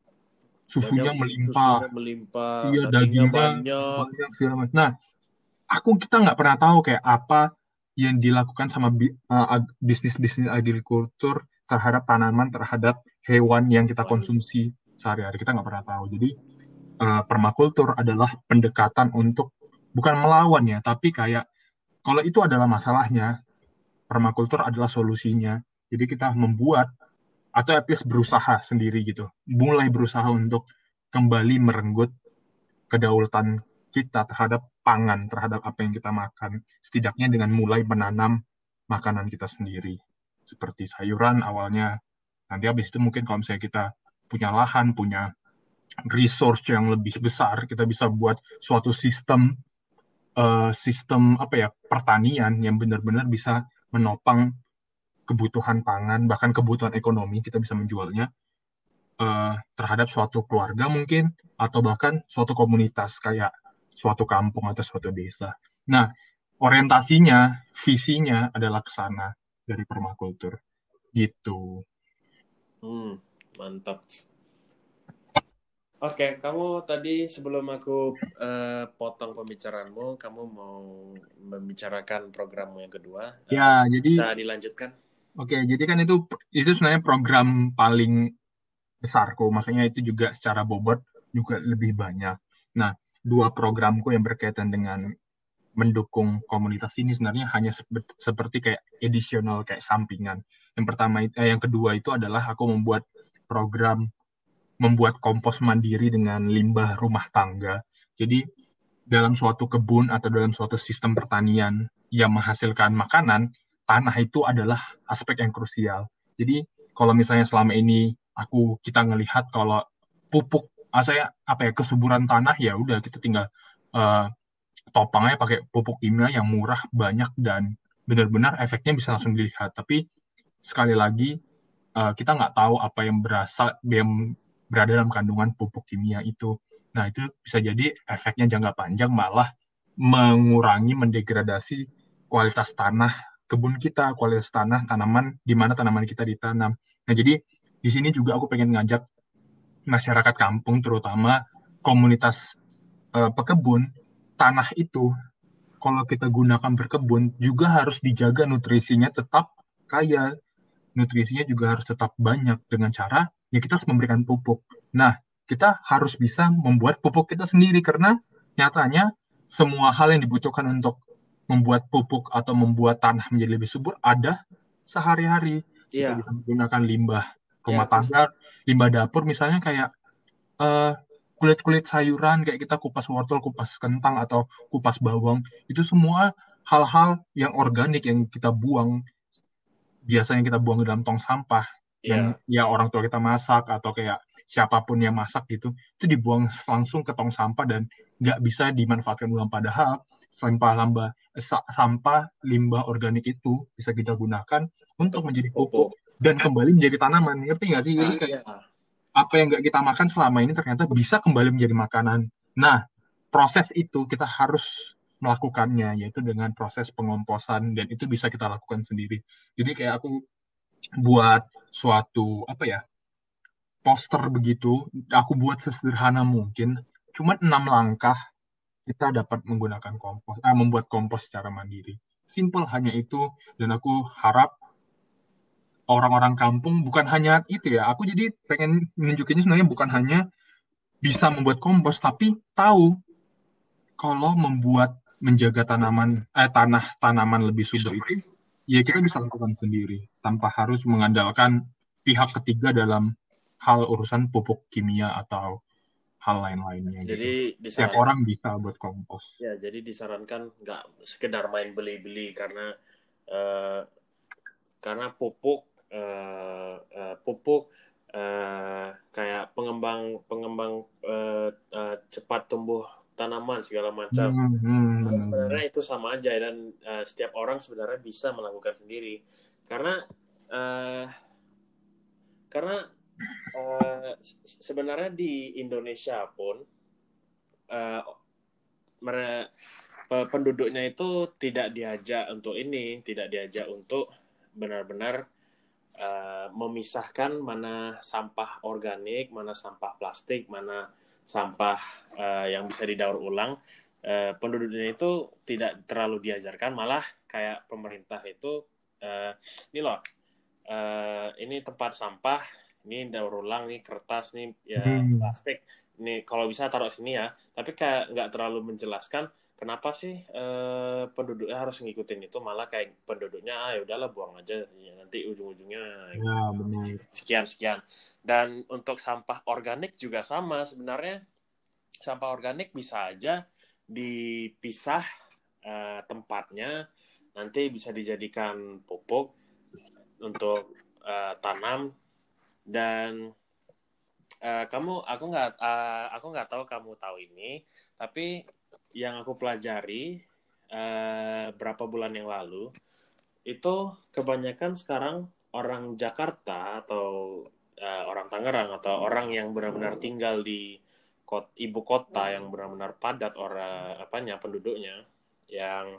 banyak susunya melimpah, susunya melimpah, iya dagingnya dagingnya banyak. banyak segala macam. Nah, aku kita nggak pernah tahu kayak apa yang dilakukan sama bi- uh, ag- bisnis-bisnis agrikultur terhadap tanaman, terhadap hewan yang kita Wah, konsumsi sehari-hari. Kita nggak pernah tahu. Jadi uh, permakultur adalah pendekatan untuk bukan melawan ya, tapi kayak kalau itu adalah masalahnya, permakultur adalah solusinya. Jadi kita membuat atau at least berusaha sendiri gitu, mulai berusaha untuk kembali merenggut kedaulatan kita terhadap pangan, terhadap apa yang kita makan. Setidaknya dengan mulai menanam makanan kita sendiri. Seperti sayuran awalnya, nanti habis itu mungkin kalau misalnya kita punya lahan, punya resource yang lebih besar, kita bisa buat suatu sistem uh, sistem apa ya pertanian yang benar-benar bisa menopang kebutuhan pangan, bahkan kebutuhan ekonomi, kita bisa menjualnya uh, terhadap suatu keluarga mungkin, atau bahkan suatu komunitas kayak suatu kampung atau suatu desa. Nah, orientasinya, visinya adalah ke sana dari permakultur. Gitu. Hmm, mantap. Oke, kamu tadi sebelum aku uh, potong pembicaraanmu, kamu mau membicarakan programmu yang kedua. Uh, Ya, jadi bisa dilanjutkan? oke, jadi kan itu itu sebenarnya program paling besarku, maksudnya itu juga secara bobot juga lebih banyak. Nah, dua programku yang berkaitan dengan mendukung komunitas ini sebenarnya hanya sebe- seperti kayak additional, kayak sampingan. Yang pertama, eh, yang kedua itu adalah aku membuat program membuat kompos mandiri dengan limbah rumah tangga. Jadi dalam suatu kebun atau dalam suatu sistem pertanian yang menghasilkan makanan, tanah itu adalah aspek yang krusial. Jadi kalau misalnya selama ini aku kita ngelihat kalau pupuk, ah, saya apa ya kesuburan tanah ya udah kita tinggal uh, topangnya pakai pupuk kimia yang murah banyak dan benar-benar efeknya bisa langsung dilihat. Tapi sekali lagi uh, kita nggak tahu apa yang berasal yang berada dalam kandungan pupuk kimia itu. Nah, itu bisa jadi efeknya jangka panjang malah mengurangi, mendegradasi kualitas tanah kebun kita, kualitas tanah tanaman di mana tanaman kita ditanam. Nah, jadi di sini juga aku pengen ngajak masyarakat kampung, terutama komunitas uh, pekebun, tanah itu kalau kita gunakan berkebun juga harus dijaga nutrisinya tetap kaya, nutrisinya juga harus tetap banyak dengan cara ya kita harus memberikan pupuk. Nah, kita harus bisa membuat pupuk kita sendiri karena nyatanya semua hal yang dibutuhkan untuk membuat pupuk atau membuat tanah menjadi lebih subur ada sehari-hari. Kita Iya, bisa menggunakan limbah ya rumah aku. tangga, limbah dapur misalnya kayak eh, kulit-kulit sayuran kayak kita kupas wortel, kupas kentang atau kupas bawang, itu semua hal-hal yang organik yang kita buang biasanya kita buang ke dalam tong sampah yang Iya, ya orang tua kita masak atau kayak siapapun yang masak gitu itu dibuang langsung ke tong sampah dan nggak bisa dimanfaatkan ulang padahal sampah limbah sampah limbah organik itu bisa kita gunakan untuk untuk menjadi pupuk. pupuk dan kembali menjadi tanaman ngerti nggak sih jadi Nah, kayak iya. apa yang nggak kita makan selama ini ternyata bisa kembali menjadi makanan. Nah, proses itu kita harus melakukannya, yaitu dengan proses pengomposan, dan itu bisa kita lakukan sendiri. Jadi kayak aku buat suatu, apa ya, poster begitu, aku buat sesederhana mungkin, cuma enam langkah kita dapat menggunakan kompos, eh, membuat kompos secara mandiri. Simple hanya itu, dan aku harap orang-orang kampung bukan hanya itu ya, aku jadi pengen menunjukinnya sebenarnya bukan hanya bisa membuat kompos, tapi tahu kalau membuat menjaga tanaman eh, tanah tanaman lebih subur itu ya kita bisa lakukan sendiri tanpa harus mengandalkan pihak ketiga dalam hal urusan pupuk kimia atau hal lain-lainnya gitu. Jadi Setiap disarankan, orang bisa buat kompos. ya, jadi disarankan nggak sekedar main beli-beli karena eh, karena pupuk eh, eh, pupuk eh, kayak pengembang pengembang eh, eh, cepat tumbuh tanaman segala macam. Hmm, hmm, Nah, benar-benar. sebenarnya itu sama aja dan eh, setiap orang sebenarnya bisa melakukan sendiri karena eh, karena eh, se- sebenarnya di Indonesia pun eh, mere- pe- penduduknya itu tidak diajak untuk ini, tidak diajak untuk benar-benar eh, memisahkan mana sampah organik, mana sampah plastik, mana sampah eh, yang bisa didaur ulang. Eh, penduduknya itu tidak terlalu diajarkan, malah kayak pemerintah itu eh, ini loh, eh, ini tempat sampah, ini daur ulang nih kertas nih ya Hmm, plastik, nih kalau bisa taruh sini ya, tapi kayak nggak terlalu menjelaskan kenapa sih eh, penduduknya harus ngikutin itu, malah kayak penduduknya ah ya udahlah buang aja ya, nanti ujung-ujungnya Ya, benar. sekian sekian. Dan untuk sampah organik juga sama sebenarnya, sampah organik bisa aja dipisah eh, tempatnya, nanti bisa dijadikan pupuk untuk eh, tanam. Dan eh, kamu aku nggak eh, aku nggak tahu kamu tahu ini, tapi yang aku pelajari eh, berapa bulan yang lalu itu kebanyakan sekarang orang Jakarta atau eh, orang Tangerang atau orang yang benar-benar tinggal di kot, ibu kota yang benar-benar padat orang apanya penduduknya, yang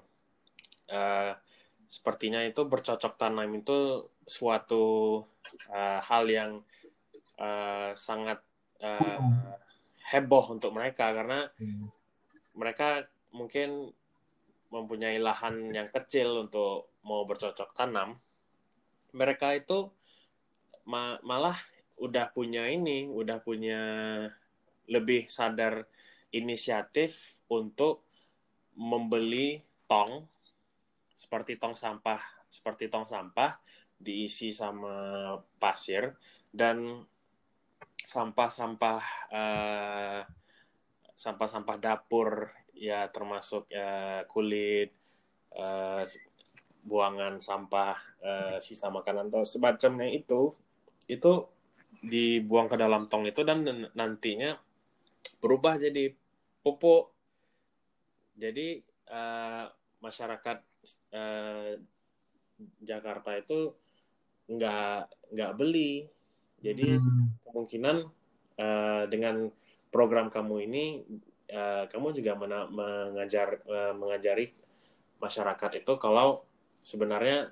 eh, sepertinya itu bercocok tanam itu suatu eh, hal yang eh, sangat eh, heboh untuk mereka, karena Hmm. mereka mungkin mempunyai lahan yang kecil untuk mau bercocok tanam. Mereka itu ma- malah udah punya ini, udah punya lebih sadar inisiatif untuk membeli tong, seperti tong sampah, seperti tong sampah diisi sama pasir, dan sampah-sampah eh, sampah-sampah dapur ya, termasuk eh, kulit, eh, buangan sampah, eh, sisa makanan atau semacamnya itu itu dibuang ke dalam tong itu, dan nantinya berubah jadi pupuk. Jadi eh, masyarakat eh, Jakarta itu nggak nggak beli. Jadi Hmm. kemungkinan eh, dengan program kamu ini eh, kamu juga mena- mengajar eh, mengajari masyarakat itu kalau sebenarnya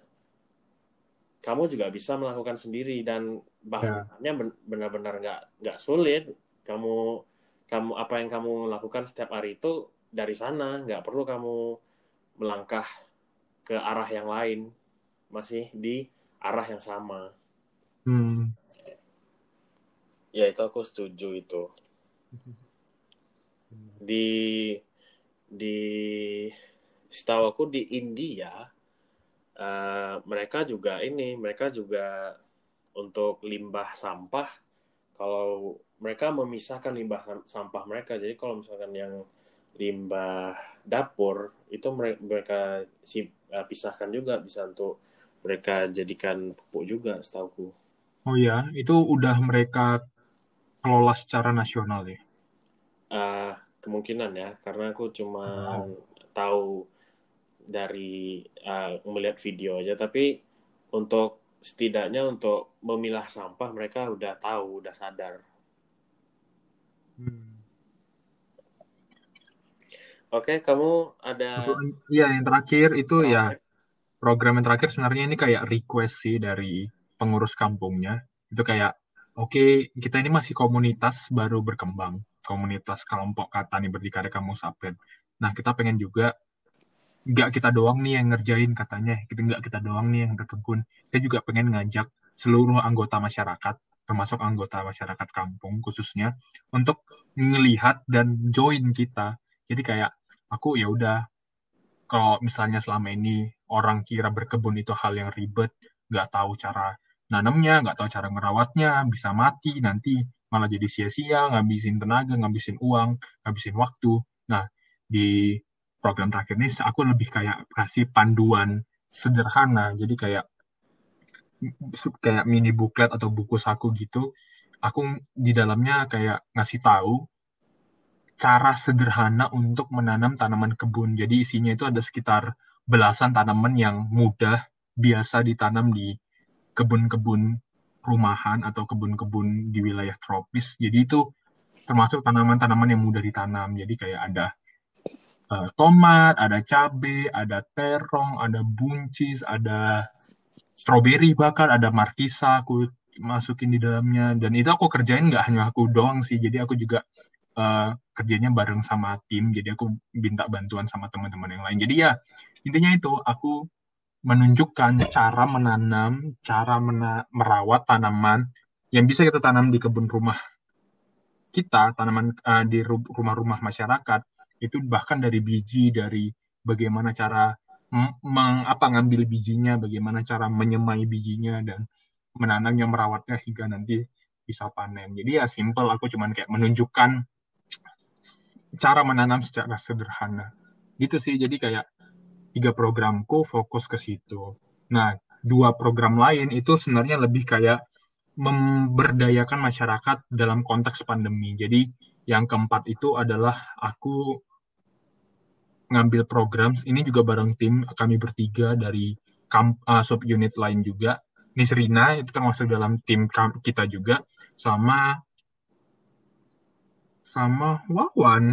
kamu juga bisa melakukan sendiri, dan Ya. bahannya benar-benar nggak nggak sulit. Kamu kamu apa yang kamu lakukan setiap hari itu dari sana, nggak perlu kamu melangkah ke arah yang lain, masih di arah yang sama. Hmm. Ya itu aku setuju itu. Di di setahu aku di India eh, mereka juga ini mereka juga untuk limbah sampah, kalau mereka memisahkan limbah sampah mereka. Jadi kalau misalkan yang limbah dapur itu mereka si, uh, pisahkan juga, bisa untuk mereka jadikan pupuk juga setahuku. Oh ya, itu udah mereka kelola secara nasional ya. Uh, kemungkinan ya, karena aku cuma Oh. tahu dari uh, melihat video aja, tapi untuk setidaknya untuk memilah sampah mereka udah tahu, udah sadar. Hmm. Oke, kamu Untuk ada iya yang terakhir itu ya, terakhir. program yang terakhir sebenarnya ini kayak request sih dari pengurus kampungnya. Itu kayak, oke, okay, kita ini masih komunitas baru berkembang, komunitas kelompok Katani Berdikari Kamu Sapen. Nah, kita pengen juga nggak kita doang nih yang ngerjain katanya, kita nggak kita doang nih yang berkebun. Kita juga pengen ngajak seluruh anggota masyarakat, termasuk anggota masyarakat kampung khususnya, untuk ngelihat dan join kita. Jadi kayak aku ya udah, kalau misalnya selama ini orang kira berkebun itu hal yang ribet, nggak tahu cara nanamnya, nggak tahu cara ngerawatnya, bisa mati nanti, malah jadi sia-sia, ngabisin tenaga, ngabisin uang, ngabisin waktu. Nah, di program terakhir ini aku lebih kayak kasih panduan sederhana, jadi kayak kayak mini booklet atau buku saku gitu. Aku di dalamnya kayak ngasih tahu cara sederhana untuk menanam tanaman kebun. Jadi isinya itu ada sekitar belasan tanaman yang mudah biasa ditanam di kebun-kebun rumahan atau kebun-kebun di wilayah tropis. Jadi itu termasuk tanaman-tanaman yang mudah ditanam. Jadi kayak ada uh, tomat, ada cabai, ada terong, ada buncis, ada stroberi, bahkan ada markisa aku masukin di dalamnya. Dan itu aku kerjain nggak hanya aku doang sih. Jadi aku juga uh, kerjanya bareng sama tim. Jadi aku minta bantuan sama teman-teman yang lain. Jadi ya intinya itu aku menunjukkan cara menanam, cara mena- merawat tanaman yang bisa kita tanam di kebun rumah kita, tanaman uh, di rumah-rumah masyarakat, itu bahkan dari biji, dari bagaimana cara meng, apa, ngambil bijinya, bagaimana cara menyemai bijinya, dan menanamnya, merawatnya, hingga nanti bisa panen. Jadi ya simple, aku cuman kayak menunjukkan cara menanam secara sederhana. Gitu sih, jadi kayak tiga programku fokus ke situ. Nah, dua program lain itu sebenarnya lebih kayak memberdayakan masyarakat dalam konteks pandemi. Jadi yang keempat itu adalah aku ngambil program, ini juga bareng tim, kami bertiga dari kamp, uh, sub-unit lain juga. Nisrina itu termasuk dalam tim kita juga, sama sama Wawan.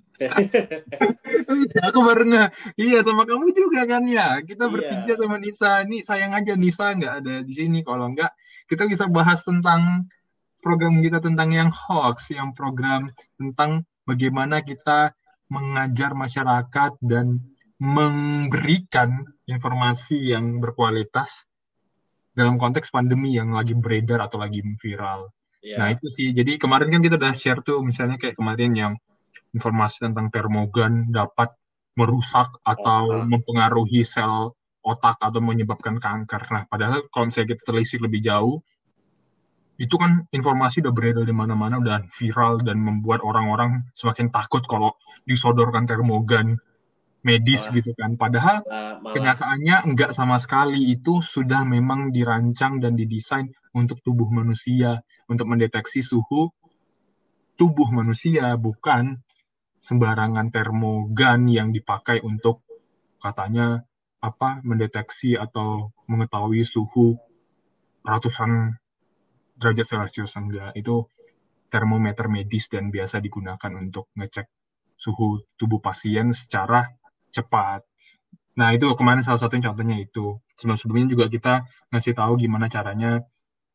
Aku baru nggak, iya sama kamu juga kan ya. Kita bertiga Iya. sama Nisa. Ini sayang aja Nisa nggak ada di sini. Kalau nggak, kita bisa bahas tentang program kita tentang yang hoax, yang program tentang bagaimana kita mengajar masyarakat dan memberikan informasi yang berkualitas dalam konteks pandemi yang lagi beredar atau lagi viral. Nah Iya. itu sih, jadi kemarin kan kita udah share tuh, misalnya kayak kemarin yang informasi tentang termogan dapat merusak atau Otak. mempengaruhi sel otak atau menyebabkan kanker. Nah, padahal kalau misalnya kita telisik lebih jauh, itu kan informasi udah beredar di mana-mana dan viral dan membuat orang-orang semakin takut kalau disodorkan termogan medis Malah, gitu kan. Padahal malah, malah kenyataannya enggak sama sekali, itu sudah memang dirancang dan didesain untuk tubuh manusia, untuk mendeteksi suhu tubuh manusia, bukan sembarangan termogan yang dipakai untuk katanya apa mendeteksi atau mengetahui suhu ratusan derajat Celcius. Enggak, itu termometer medis dan biasa digunakan untuk ngecek suhu tubuh pasien secara cepat. Nah, itu kemarin salah satu contohnya itu. Sebelum-sebelumnya juga kita ngasih tahu gimana caranya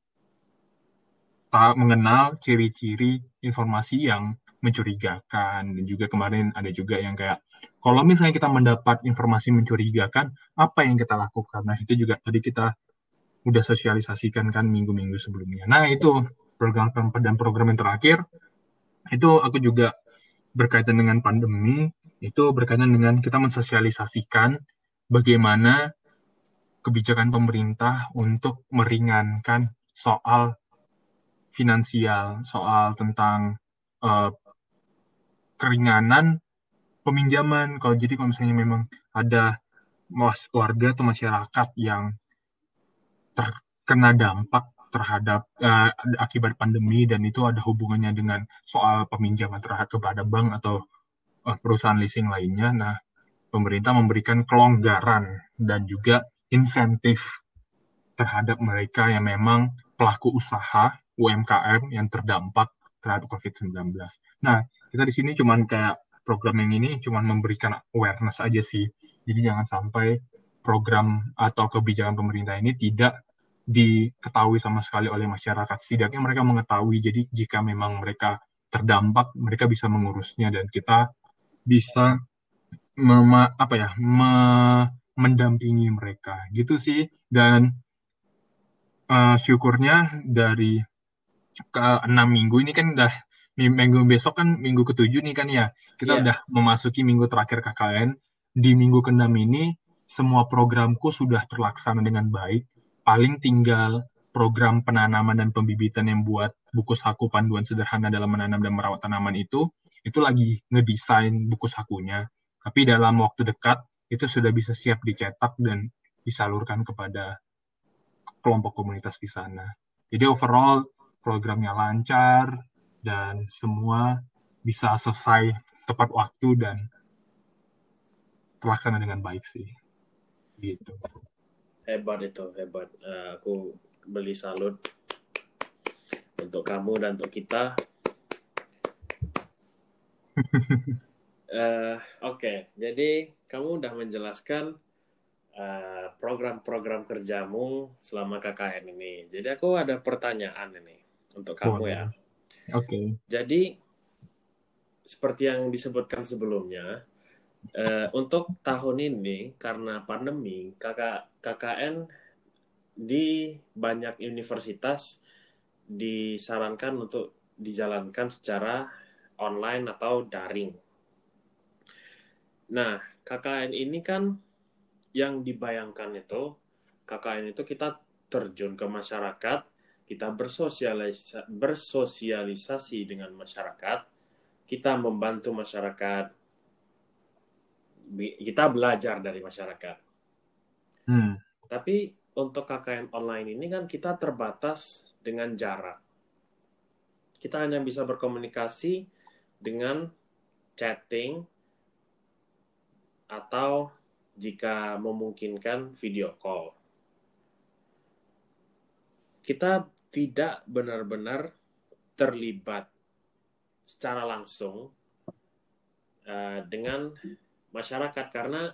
tak mengenal ciri-ciri informasi yang mencurigakan. Dan juga kemarin ada juga yang kayak, kalau misalnya kita mendapat informasi mencurigakan, apa yang kita lakukan? Nah, itu juga tadi kita udah sosialisasikan kan minggu-minggu sebelumnya. Nah, itu program dan program yang terakhir, itu aku juga berkaitan dengan pandemi, itu berkaitan dengan kita mensosialisasikan bagaimana kebijakan pemerintah untuk meringankan soal finansial, soal tentang uh, keringanan peminjaman. Kalau jadi kalau misalnya memang ada warga atau masyarakat yang terkena dampak terhadap uh, akibat pandemi dan itu ada hubungannya dengan soal peminjaman terhadap kepada bank atau uh, perusahaan leasing lainnya. Nah, pemerintah memberikan kelonggaran dan juga insentif terhadap mereka yang memang pelaku usaha U M K M yang terdampak terhadap covid sembilan belas. Nah, kita di sini cuman kayak program yang ini cuman memberikan awareness aja sih. Jadi jangan sampai program atau kebijakan pemerintah ini tidak diketahui sama sekali oleh masyarakat. Setidaknya mereka mengetahui, jadi jika memang mereka terdampak, mereka bisa mengurusnya dan kita bisa mema, apa ya, me, mendampingi mereka. Gitu sih. Dan uh, syukurnya dari ke enam minggu ini kan udah minggu besok kan minggu ketujuh nih kan ya, kita iya. udah memasuki minggu terakhir K K N. Di minggu keenam ini semua programku sudah terlaksana dengan baik, paling tinggal program penanaman dan pembibitan yang buat buku saku panduan sederhana dalam menanam dan merawat tanaman itu itu lagi ngedesain buku sakunya, tapi dalam waktu dekat itu sudah bisa siap dicetak dan disalurkan kepada kelompok komunitas di sana. Jadi overall programnya lancar dan semua bisa selesai tepat waktu dan terlaksana dengan baik sih. Gitu. Hebat itu, hebat. Uh, aku beli salut untuk kamu dan untuk kita. uh, Oke, okay. Jadi kamu udah menjelaskan uh, program-program kerjamu selama K K N ini. Jadi aku ada pertanyaan ini untuk kamu ya. Boleh. Oke. Okay. Jadi seperti yang disebutkan sebelumnya, uh, untuk tahun ini karena pandemi, K K N di banyak universitas disarankan untuk dijalankan secara online atau daring. Nah, K K N ini kan yang dibayangkan itu, K K N itu kita terjun ke masyarakat, kita bersosialisa- bersosialisasi dengan masyarakat, kita membantu masyarakat, kita belajar dari masyarakat. Hmm. Tapi untuk K K N online ini kan kita terbatas dengan jarak. Kita hanya bisa berkomunikasi dengan chatting atau jika memungkinkan video call. Kita tidak benar-benar terlibat secara langsung uh, dengan masyarakat, karena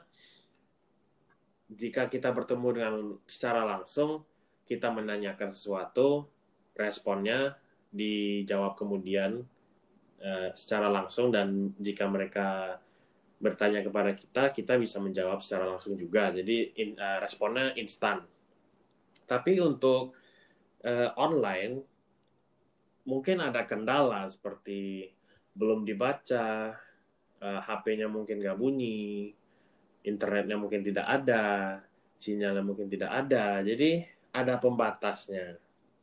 jika kita bertemu dengan secara langsung, kita menanyakan sesuatu, responnya dijawab kemudian uh, secara langsung, dan jika mereka bertanya kepada kita, kita bisa menjawab secara langsung juga. Jadi in, uh, responnya instan. Tapi untuk uh, online mungkin ada kendala seperti belum dibaca, uh, H P-nya mungkin nggak bunyi, internetnya mungkin tidak ada, sinyalnya mungkin tidak ada. Jadi ada pembatasnya.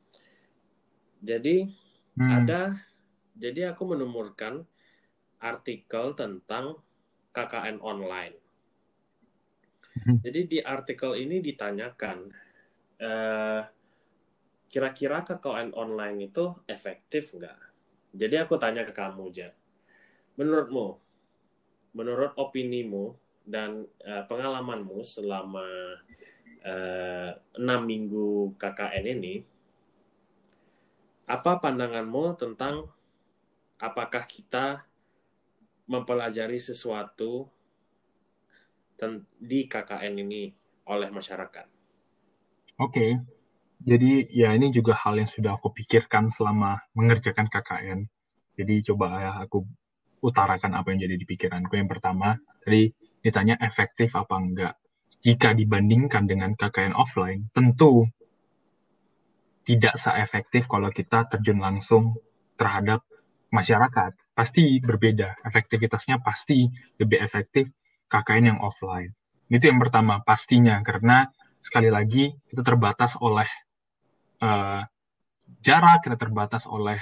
Jadi hmm. ada, jadi aku menemukan artikel tentang K K N online. Jadi di artikel ini ditanyakan, uh, kira-kira K K N online itu efektif nggak? Jadi aku tanya ke kamu, Ja. Menurutmu, menurut opinimu dan uh, pengalamanmu selama uh, enam minggu K K N ini, apa pandanganmu tentang apakah kita mempelajari sesuatu di K K N ini oleh masyarakat? Oke, okay. Jadi ya ini juga hal yang sudah aku pikirkan selama mengerjakan K K N. Jadi coba ya aku utarakan apa yang jadi di pikiranku. Yang pertama, tadi ditanya efektif apa enggak. Jika dibandingkan dengan K K N offline, tentu tidak se-efektif kalau kita terjun langsung terhadap masyarakat. Pasti berbeda. Efektivitasnya pasti lebih efektif K K N yang offline. Itu yang pertama, pastinya. Karena sekali lagi kita terbatas oleh uh, jarak, kita terbatas oleh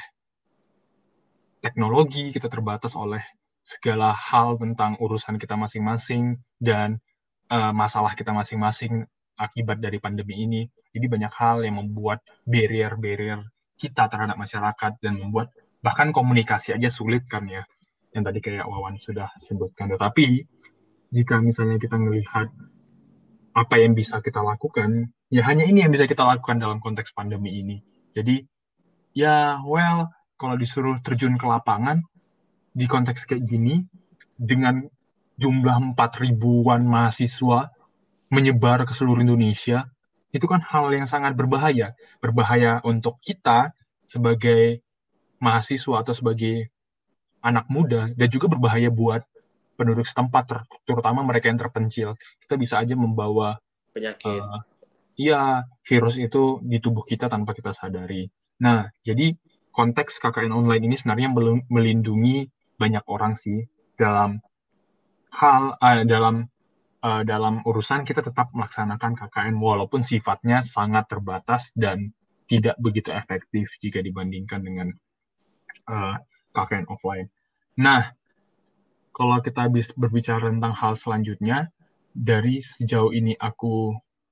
teknologi, kita terbatas oleh segala hal tentang urusan kita masing-masing dan uh, masalah kita masing-masing akibat dari pandemi ini. Jadi banyak hal yang membuat barrier-barrier kita terhadap masyarakat dan membuat bahkan komunikasi aja sulit kan ya, yang tadi kayak Wawan sudah sebutkan. Tetapi jika misalnya kita melihat apa yang bisa kita lakukan, ya hanya ini yang bisa kita lakukan dalam konteks pandemi ini. Jadi ya well, kalau disuruh terjun ke lapangan di konteks kayak gini dengan jumlah empat ribuan mahasiswa menyebar ke seluruh Indonesia, itu kan hal yang sangat berbahaya. Berbahaya untuk kita sebagai mahasiswa atau sebagai anak muda, dan juga berbahaya buat penduduk setempat, ter- terutama mereka yang terpencil. Kita bisa aja membawa penyakit. Uh, ya, virus itu di tubuh kita tanpa kita sadari. Nah, jadi konteks K K N online ini sebenarnya melindungi banyak orang sih dalam hal uh, dalam uh, dalam urusan kita tetap melaksanakan K K N walaupun sifatnya sangat terbatas dan tidak begitu efektif jika dibandingkan dengan uh, K K N offline. Nah, kalau kita bisa berbicara tentang hal selanjutnya, dari sejauh ini aku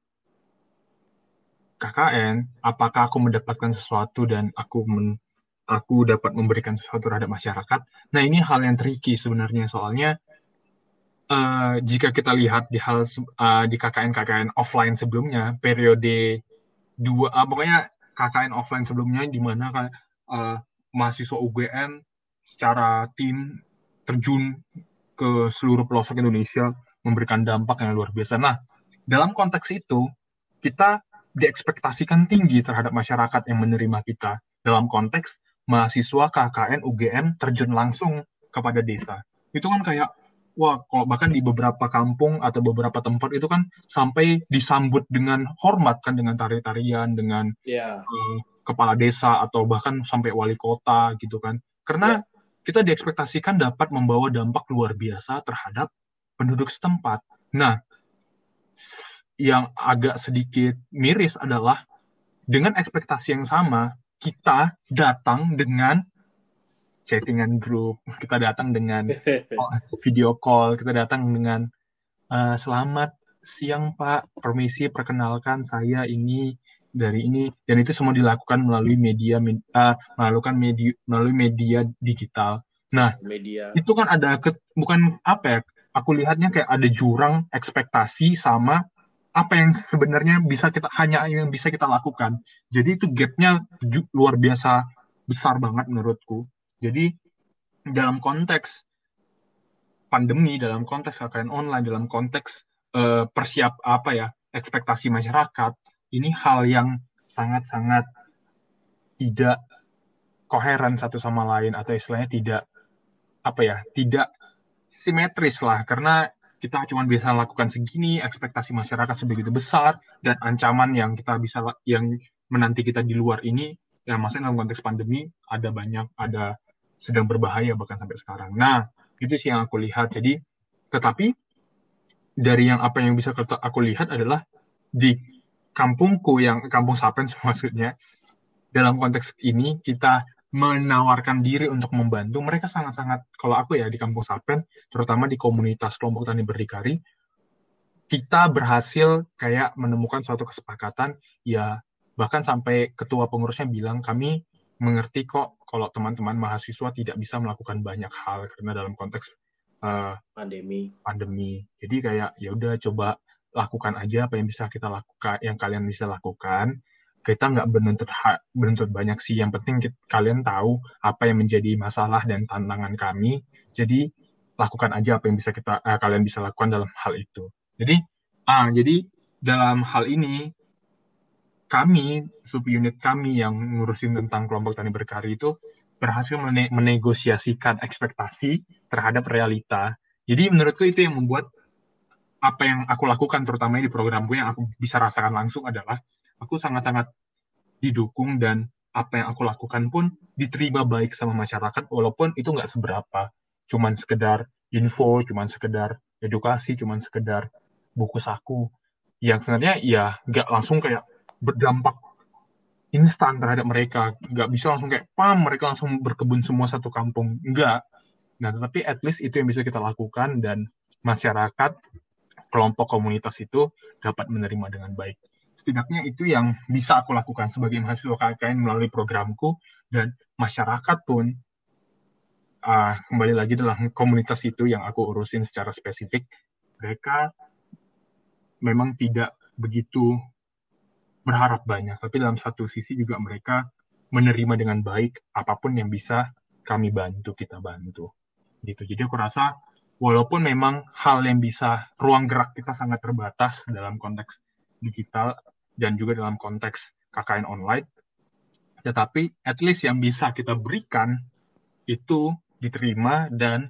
K K N, apakah aku mendapatkan sesuatu dan aku men, aku dapat memberikan sesuatu terhadap masyarakat? Nah, ini hal yang tricky sebenarnya, soalnya uh, jika kita lihat di hal uh, di K K N K K N offline sebelumnya, periode dua, uh, pokoknya K K N offline sebelumnya di mana uh, mahasiswa U G M secara tim terjun ke seluruh pelosok Indonesia memberikan dampak yang luar biasa. Nah, dalam konteks itu kita diekspektasikan tinggi terhadap masyarakat yang menerima kita dalam konteks mahasiswa K K N U G M terjun langsung kepada desa. Itu kan kayak wah, kalau bahkan di beberapa kampung atau beberapa tempat itu kan sampai disambut dengan hormat kan, dengan tari-tarian, dengan yeah. uh, kepala desa atau bahkan sampai wali kota gitu kan. Karena Ya. kita diekspektasikan dapat membawa dampak luar biasa terhadap penduduk setempat. Nah, yang agak sedikit miris adalah dengan ekspektasi yang sama, kita datang dengan chattingan grup, kita datang dengan video call, kita datang dengan uh, selamat siang Pak, permisi perkenalkan saya ini dari ini, dan itu semua dilakukan melalui media uh, melakukan media melalui media digital. Nah, Sosial media. itu kan ada ke, bukan apa ya? Aku lihatnya kayak ada jurang ekspektasi sama apa yang sebenarnya bisa kita hanya yang bisa kita lakukan. Jadi itu gapnya luar biasa besar banget menurutku. Jadi dalam konteks pandemi, dalam konteks K K N online, dalam konteks uh, persiap apa ya ekspektasi masyarakat, ini hal yang sangat-sangat tidak koheren satu sama lain atau istilahnya tidak apa ya tidak simetris lah karena kita cuma bisa lakukan segini, ekspektasi masyarakat sebegitu besar dan ancaman yang kita bisa yang menanti kita di luar ini, ya maksudnya dalam konteks pandemi ada banyak ada sedang berbahaya bahkan sampai sekarang. Nah, itu sih yang aku lihat. Jadi, tetapi dari yang apa yang bisa aku lihat adalah di kampungku yang kampung Sapen maksudnya dalam konteks ini kita menawarkan diri untuk membantu mereka sangat-sangat kalau aku ya di kampung Sapen terutama di komunitas kelompok tani berdikari kita berhasil kayak menemukan suatu kesepakatan ya bahkan sampai ketua pengurusnya bilang kami mengerti kok kalau teman-teman mahasiswa tidak bisa melakukan banyak hal karena dalam konteks uh, pandemi pandemi jadi kayak ya udah coba lakukan aja apa yang bisa kita lakukan yang kalian bisa lakukan kita nggak menuntut menuntut banyak sih yang penting kita, kalian tahu apa yang menjadi masalah dan tantangan kami jadi lakukan aja apa yang bisa kita uh, kalian bisa lakukan dalam hal itu jadi ah jadi dalam hal ini kami subunit kami yang ngurusin tentang kelompok tani berkarya itu berhasil mene- menegosiasikan ekspektasi terhadap realita jadi menurutku itu yang membuat apa yang aku lakukan terutama di programku yang aku bisa rasakan langsung adalah aku sangat-sangat didukung dan apa yang aku lakukan pun diterima baik sama masyarakat walaupun itu nggak seberapa cuman sekedar info cuman sekedar edukasi cuman sekedar buku saku yang sebenarnya ya nggak langsung kayak berdampak instan terhadap mereka nggak bisa langsung kayak pam mereka langsung berkebun semua satu kampung nggak nah tetapi at least itu yang bisa kita lakukan dan masyarakat kelompok komunitas itu dapat menerima dengan baik. Setidaknya itu yang bisa aku lakukan sebagai mahasiswa K K N melalui programku dan masyarakat pun uh, kembali lagi dalam komunitas itu yang aku urusin secara spesifik, mereka memang tidak begitu berharap banyak, tapi dalam satu sisi juga mereka menerima dengan baik apapun yang bisa kami bantu, kita bantu. Gitu. Jadi aku rasa walaupun memang hal yang bisa ruang gerak kita sangat terbatas dalam konteks digital dan juga dalam konteks K K N online, tetapi at least yang bisa kita berikan itu diterima dan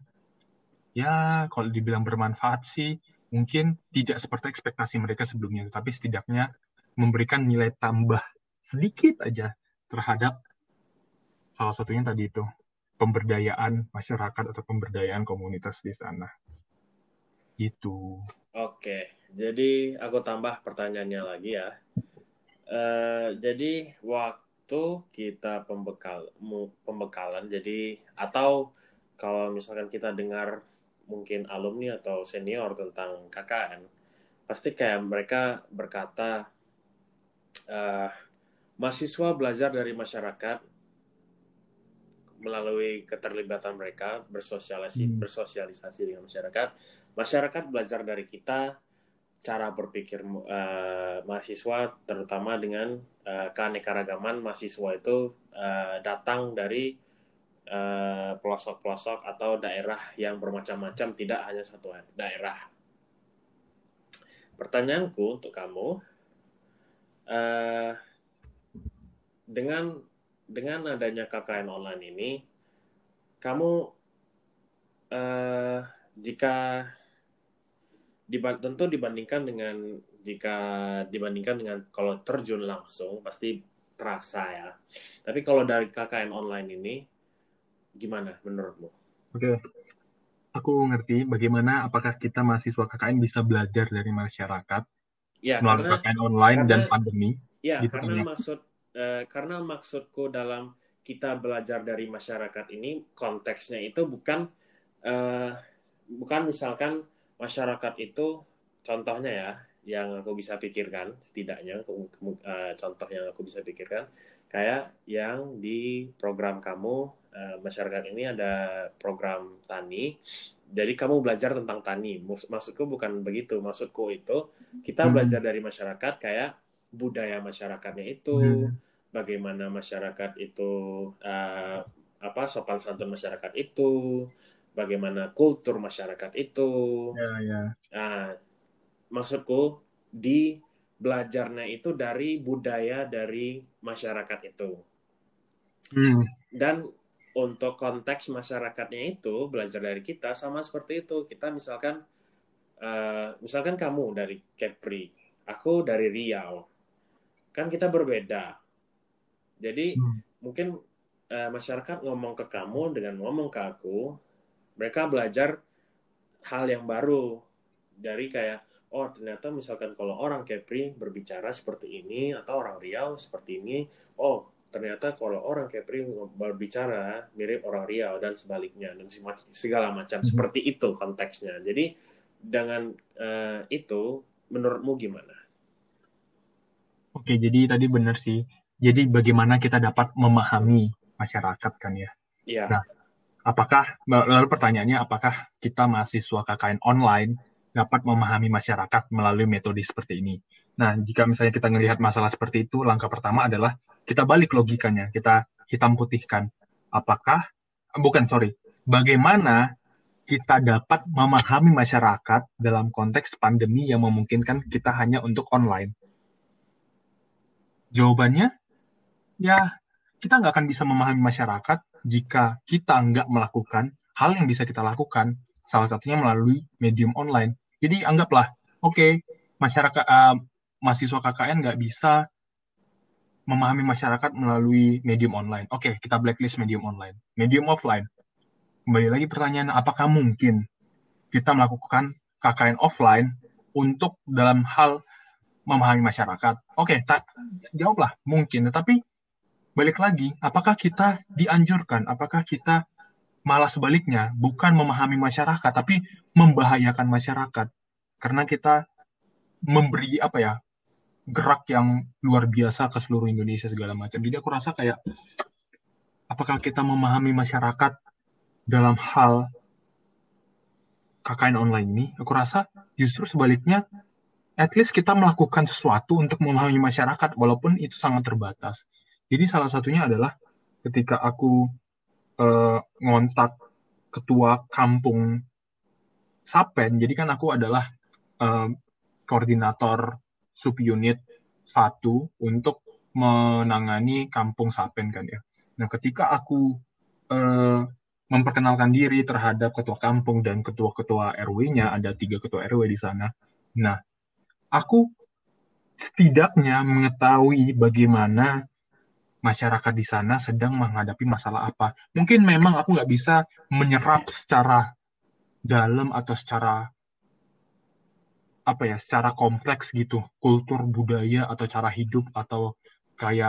ya kalau dibilang bermanfaat sih mungkin tidak seperti ekspektasi mereka sebelumnya, tapi setidaknya memberikan nilai tambah sedikit aja terhadap salah satunya tadi itu pemberdayaan masyarakat atau pemberdayaan komunitas di sana. Gitu. Oke, jadi aku tambah pertanyaannya lagi ya. Uh, jadi waktu kita pembekal pembekalan, jadi atau kalau misalkan kita dengar mungkin alumni atau senior tentang K K N, pasti kayak mereka berkata uh, mahasiswa belajar dari masyarakat melalui keterlibatan mereka bersosialisasi hmm. bersosialisasi dengan masyarakat. Masyarakat belajar dari kita cara berpikir uh, mahasiswa, terutama dengan uh, keanekaragaman mahasiswa itu uh, datang dari uh, pelosok-pelosok atau daerah yang bermacam-macam, tidak hanya satu daerah. Pertanyaanku untuk kamu, uh, dengan dengan adanya K K N online ini, kamu uh, jika Diband- tentu dibandingkan dengan jika dibandingkan dengan kalau terjun langsung pasti terasa ya. Tapi kalau dari K K N online ini, gimana menurutmu? Oke, aku ngerti bagaimana apakah kita mahasiswa K K N bisa belajar dari masyarakat Ya, melalui karena K K N online dan karena pandemi, ya gitu kan karena ya. maksud eh, karena maksudku dalam kita belajar dari masyarakat ini konteksnya itu bukan eh, bukan misalkan masyarakat itu contohnya ya yang aku bisa pikirkan setidaknya ke- ke- eh, contoh yang aku bisa pikirkan kayak yang di program kamu eh, masyarakat ini ada program tani jadi kamu belajar tentang tani. Mus- maksudku bukan begitu, maksudku itu kita Hmm. belajar dari masyarakat kayak budaya masyarakatnya itu Hmm. bagaimana masyarakat itu eh, apa sopan santun masyarakat itu bagaimana kultur masyarakat itu. Ya, ya. Nah, maksudku di belajarnya itu dari budaya dari masyarakat itu. Hmm. Dan untuk konteks masyarakatnya itu belajar dari kita sama seperti itu. Kita misalkan eh, misalkan kamu dari Kepri, aku dari Riau. Kan kita berbeda. Jadi Hmm. mungkin eh, masyarakat ngomong ke kamu dengan ngomong ke aku, mereka belajar hal yang baru dari kayak oh ternyata misalkan kalau orang Kepri berbicara seperti ini atau orang Riau seperti ini oh ternyata kalau orang Kepri berbicara mirip orang Riau dan sebaliknya dan segala macam Hmm. seperti itu konteksnya jadi dengan eh, itu menurutmu gimana? Oke, jadi tadi benar sih. Jadi bagaimana kita dapat memahami masyarakat kan ya. Ya, Nah, apakah, lalu pertanyaannya, apakah kita mahasiswa K K N online dapat memahami masyarakat melalui metode seperti ini? Nah, jika misalnya kita melihat masalah seperti itu, langkah pertama adalah kita balik logikanya, kita hitam putihkan. Apakah, bukan, sorry, bagaimana kita dapat memahami masyarakat dalam konteks pandemi yang memungkinkan kita hanya untuk online? Jawabannya, ya kita nggak akan bisa memahami masyarakat jika kita nggak melakukan hal yang bisa kita lakukan, salah satunya melalui medium online. Jadi anggaplah, oke, okay, masyarakat uh, mahasiswa K K N nggak bisa memahami masyarakat melalui medium online. Oke, okay, kita blacklist medium online. Medium offline. Kembali lagi pertanyaan, apakah mungkin kita melakukan K K N offline untuk dalam hal memahami masyarakat? Oke, okay, jawablah mungkin. Tetapi balik lagi, apakah kita dianjurkan, apakah kita malah sebaliknya, bukan memahami masyarakat, tapi membahayakan masyarakat. Karena kita memberi apa ya gerak yang luar biasa ke seluruh Indonesia segala macam. Jadi aku rasa kayak, apakah kita memahami masyarakat dalam hal K K N online ini? Aku rasa justru sebaliknya, at least kita melakukan sesuatu untuk memahami masyarakat, walaupun itu sangat terbatas. Jadi salah satunya adalah ketika aku uh, ngontak ketua kampung Sapen, jadi kan aku adalah uh, koordinator subunit satu untuk menangani kampung Sapen kan ya. Nah, ketika aku uh, memperkenalkan diri terhadap ketua kampung dan ketua-ketua R W-nya, ada tiga ketua R W di sana. Nah, aku setidaknya mengetahui bagaimana masyarakat di sana sedang menghadapi masalah apa. Mungkin memang aku nggak bisa menyerap secara dalam atau secara apa ya, secara kompleks gitu, kultur budaya atau cara hidup atau kayak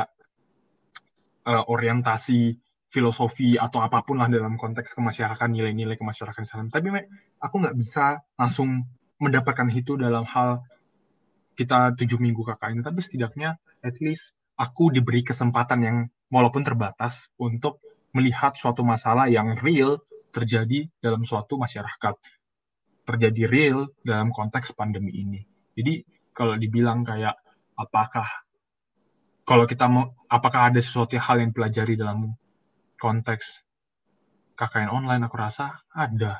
uh, orientasi filosofi atau apapun lah dalam konteks kemasyarakatan, nilai-nilai kemasyarakatan sana. Tapi aku nggak bisa langsung mendapatkan itu dalam hal kita tujuh minggu K K N, tapi setidaknya at least aku diberi kesempatan yang walaupun terbatas untuk melihat suatu masalah yang real terjadi dalam suatu masyarakat, terjadi real dalam konteks pandemi ini. Jadi kalau dibilang kayak apakah kalau kita mau apakah ada sesuatu hal yang pelajari dalam konteks K K N online, aku rasa ada,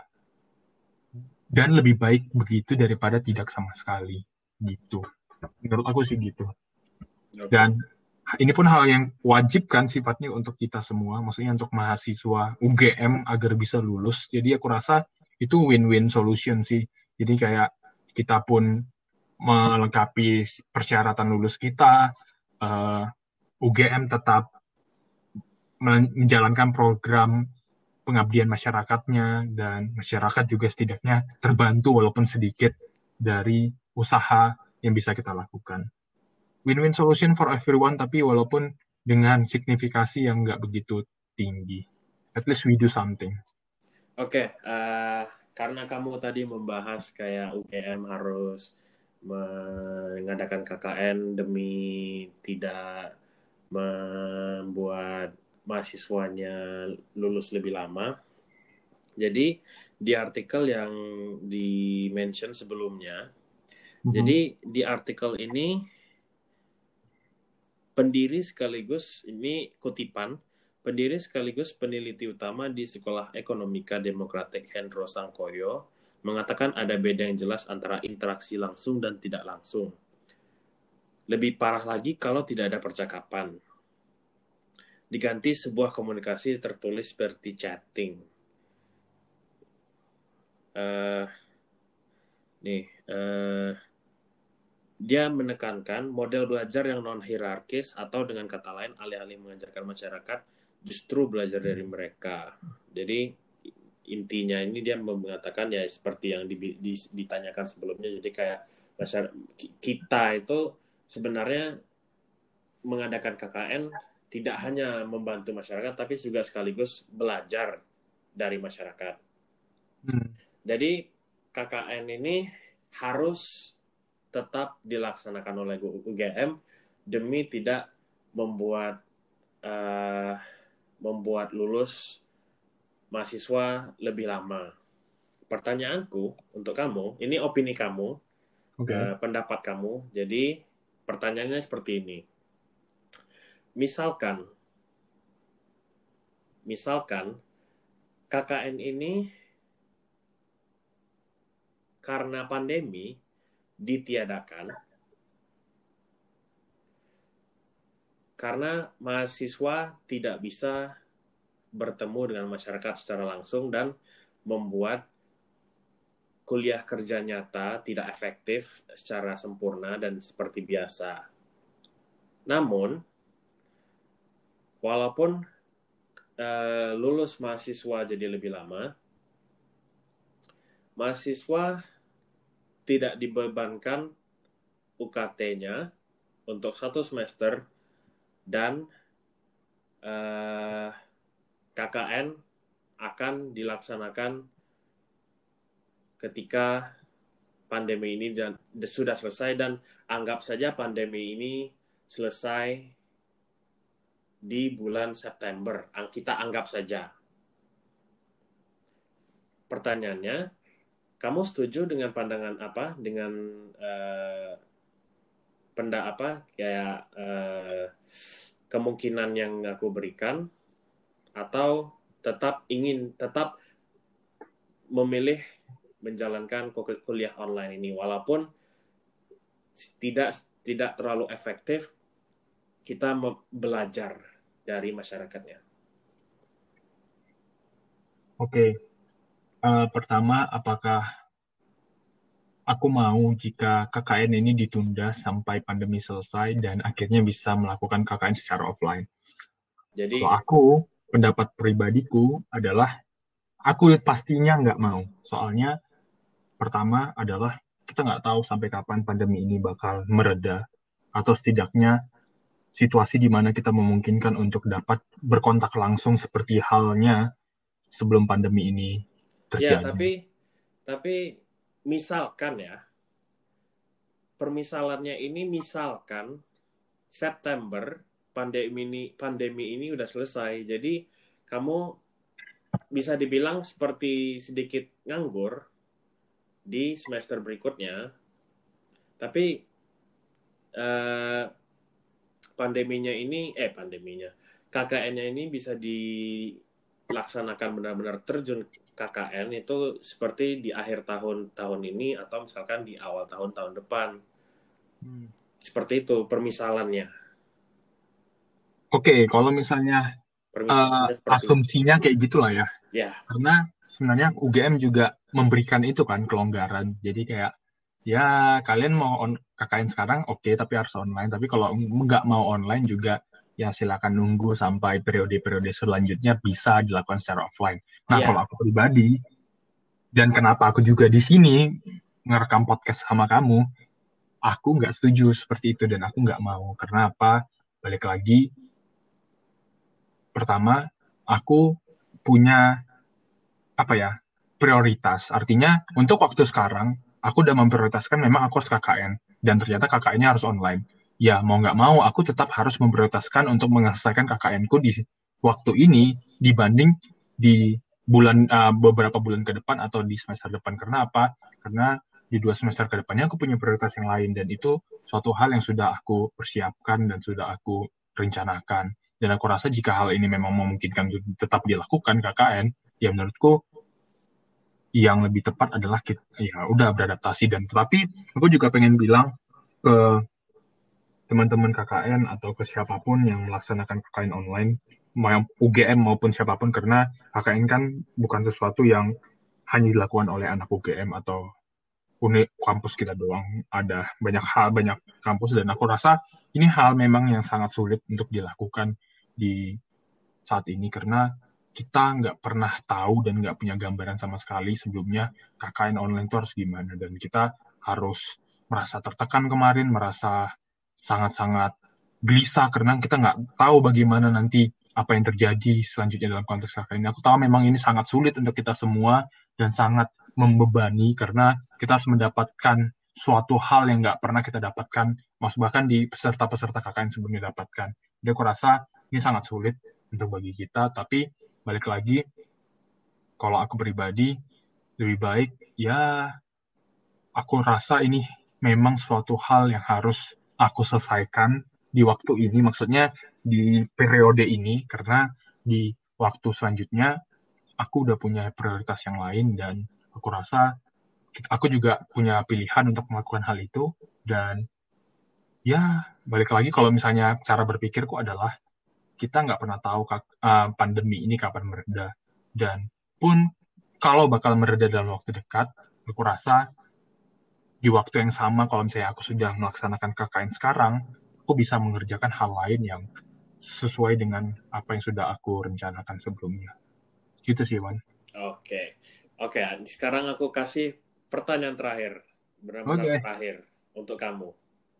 dan lebih baik begitu daripada tidak sama sekali gitu. Menurut aku sih gitu. oke. Okay. Dan ini pun hal yang wajib kan sifatnya untuk kita semua, maksudnya untuk mahasiswa U G M agar bisa lulus. Jadi aku rasa itu win-win solution sih. Jadi kayak kita pun melengkapi persyaratan lulus kita, uh, U G M tetap menjalankan program pengabdian masyarakatnya, dan masyarakat juga setidaknya terbantu walaupun sedikit dari usaha yang bisa kita lakukan. Win-win solution for everyone, tapi walaupun dengan signifikasi yang nggak begitu tinggi. At least we do something. Oke, okay, uh, karena kamu tadi membahas kayak U G M harus mengadakan K K N demi tidak membuat mahasiswanya lulus lebih lama. Jadi di artikel yang di-mention sebelumnya, mm-hmm. jadi di artikel ini pendiri sekaligus, ini kutipan, pendiri sekaligus peneliti utama di Sekolah Ekonomika Demokratik Hendro Sangkoyo mengatakan ada beda yang jelas antara interaksi langsung dan tidak langsung. Lebih parah lagi kalau tidak ada percakapan. Diganti sebuah komunikasi tertulis seperti chatting. Uh, nih, uh, dia menekankan model belajar yang non-hierarkis atau dengan kata lain alih-alih mengajarkan masyarakat justru belajar dari mereka. Jadi intinya ini dia mengatakan ya seperti yang ditanyakan sebelumnya. Jadi kayak masyarakat, kita itu sebenarnya mengadakan K K N tidak hanya membantu masyarakat tapi juga sekaligus belajar dari masyarakat. Hmm. Jadi K K N ini harus tetap dilaksanakan oleh U G M demi tidak membuat uh, membuat lulus mahasiswa lebih lama. Pertanyaanku untuk kamu, ini opini kamu, okay. uh, pendapat kamu. Jadi pertanyaannya seperti ini. Misalkan, misalkan K K N ini karena pandemi ditiadakan karena mahasiswa tidak bisa bertemu dengan masyarakat secara langsung dan membuat kuliah kerja nyata tidak efektif secara sempurna dan seperti biasa. Namun, walaupun uh, lulus mahasiswa jadi lebih lama, mahasiswa tidak dibebankan U K T-nya untuk satu semester dan uh, K K N akan dilaksanakan ketika pandemi ini dan sudah selesai, dan anggap saja pandemi ini selesai di bulan September. Kita anggap saja. Pertanyaannya, kamu setuju dengan pandangan apa? Dengan uh, penda apa? Kayak uh, kemungkinan yang aku berikan, atau tetap ingin tetap memilih menjalankan kuliah online ini walaupun tidak tidak terlalu efektif kita belajar dari masyarakatnya. Oke. Okay. Uh, pertama, apakah aku mau jika K K N ini ditunda sampai pandemi selesai dan akhirnya bisa melakukan K K N secara offline? Jadi, kalau aku, pendapat pribadiku adalah aku pastinya nggak mau. Soalnya, pertama adalah kita nggak tahu sampai kapan pandemi ini bakal mereda, atau setidaknya situasi di mana kita memungkinkan untuk dapat berkontak langsung seperti halnya sebelum pandemi ini terjadi. Ya, tapi tapi misalkan ya, permisalannya ini misalkan September pandemi ini pandemi ini udah selesai. Jadi kamu bisa dibilang seperti sedikit nganggur di semester berikutnya. Tapi eh, pandeminya ini eh pandeminya K K N-nya ini bisa dilaksanakan benar-benar terjun K K N itu seperti di akhir tahun tahun ini atau misalkan di awal tahun tahun depan. Hmm. Seperti itu permisalannya. Oke, okay, kalau misalnya uh, asumsinya kayak gitulah ya. Ya. Karena sebenarnya U G M juga memberikan itu kan kelonggaran. Jadi kayak ya kalian mau on, K K N sekarang oke okay, tapi harus online. Tapi kalau nggak mau online juga ya silakan nunggu sampai periode-periode selanjutnya bisa dilakukan secara offline. Nah, Iya, kalau aku pribadi, dan kenapa aku juga di sini ngerekam podcast sama kamu, aku nggak setuju seperti itu dan aku nggak mau. Karena apa? Balik lagi, pertama, aku punya apa ya prioritas. Artinya untuk waktu sekarang aku udah memprioritaskan memang aku harus K K N dan ternyata K K N-nya harus online. Ya mau nggak mau aku tetap harus memprioritaskan untuk menyelesaikan K K N-ku di waktu ini dibanding di bulan uh, beberapa bulan ke depan atau di semester depan. Karena apa? Karena di dua semester ke depannya aku punya prioritas yang lain dan itu suatu hal yang sudah aku persiapkan dan sudah aku rencanakan. Dan aku rasa jika hal ini memang memungkinkan untuk tetap dilakukan K K N, ya menurutku yang lebih tepat adalah kita ya udah beradaptasi. Dan tetapi aku juga pengen bilang ke teman-teman K K N atau ke siapapun yang melaksanakan K K N online, mau U G M maupun siapapun, karena K K N kan bukan sesuatu yang hanya dilakukan oleh anak U G M atau uni kampus kita doang. Ada banyak hal, banyak kampus, dan aku rasa ini hal memang yang sangat sulit untuk dilakukan di saat ini karena kita nggak pernah tahu dan nggak punya gambaran sama sekali sebelumnya K K N online itu harus gimana, dan kita harus merasa tertekan kemarin, merasa sangat-sangat gelisah karena kita nggak tahu bagaimana nanti apa yang terjadi selanjutnya dalam konteks K K N ini. Aku tahu memang ini sangat sulit untuk kita semua dan sangat membebani karena kita harus mendapatkan suatu hal yang nggak pernah kita dapatkan, maksud bahkan di peserta-peserta K K N sebelumnya dapatkan. Jadi aku rasa ini sangat sulit untuk bagi kita, tapi balik lagi, kalau aku pribadi, lebih baik, ya aku rasa ini memang suatu hal yang harus aku selesaikan di waktu ini, maksudnya di periode ini, karena di waktu selanjutnya, aku udah punya prioritas yang lain, dan aku rasa aku juga punya pilihan untuk melakukan hal itu, dan ya balik lagi kalau misalnya cara berpikirku adalah kita nggak pernah tahu uh, pandemi ini kapan mereda. Dan pun kalau bakal mereda dalam waktu dekat, aku rasa di waktu yang sama kalau misalnya aku sudah melaksanakan K K N sekarang, aku bisa mengerjakan hal lain yang sesuai dengan apa yang sudah aku rencanakan sebelumnya. Gitu sih, Wan. oke. Oke, sekarang aku kasih pertanyaan terakhir. Benar-benar Oke. terakhir untuk kamu.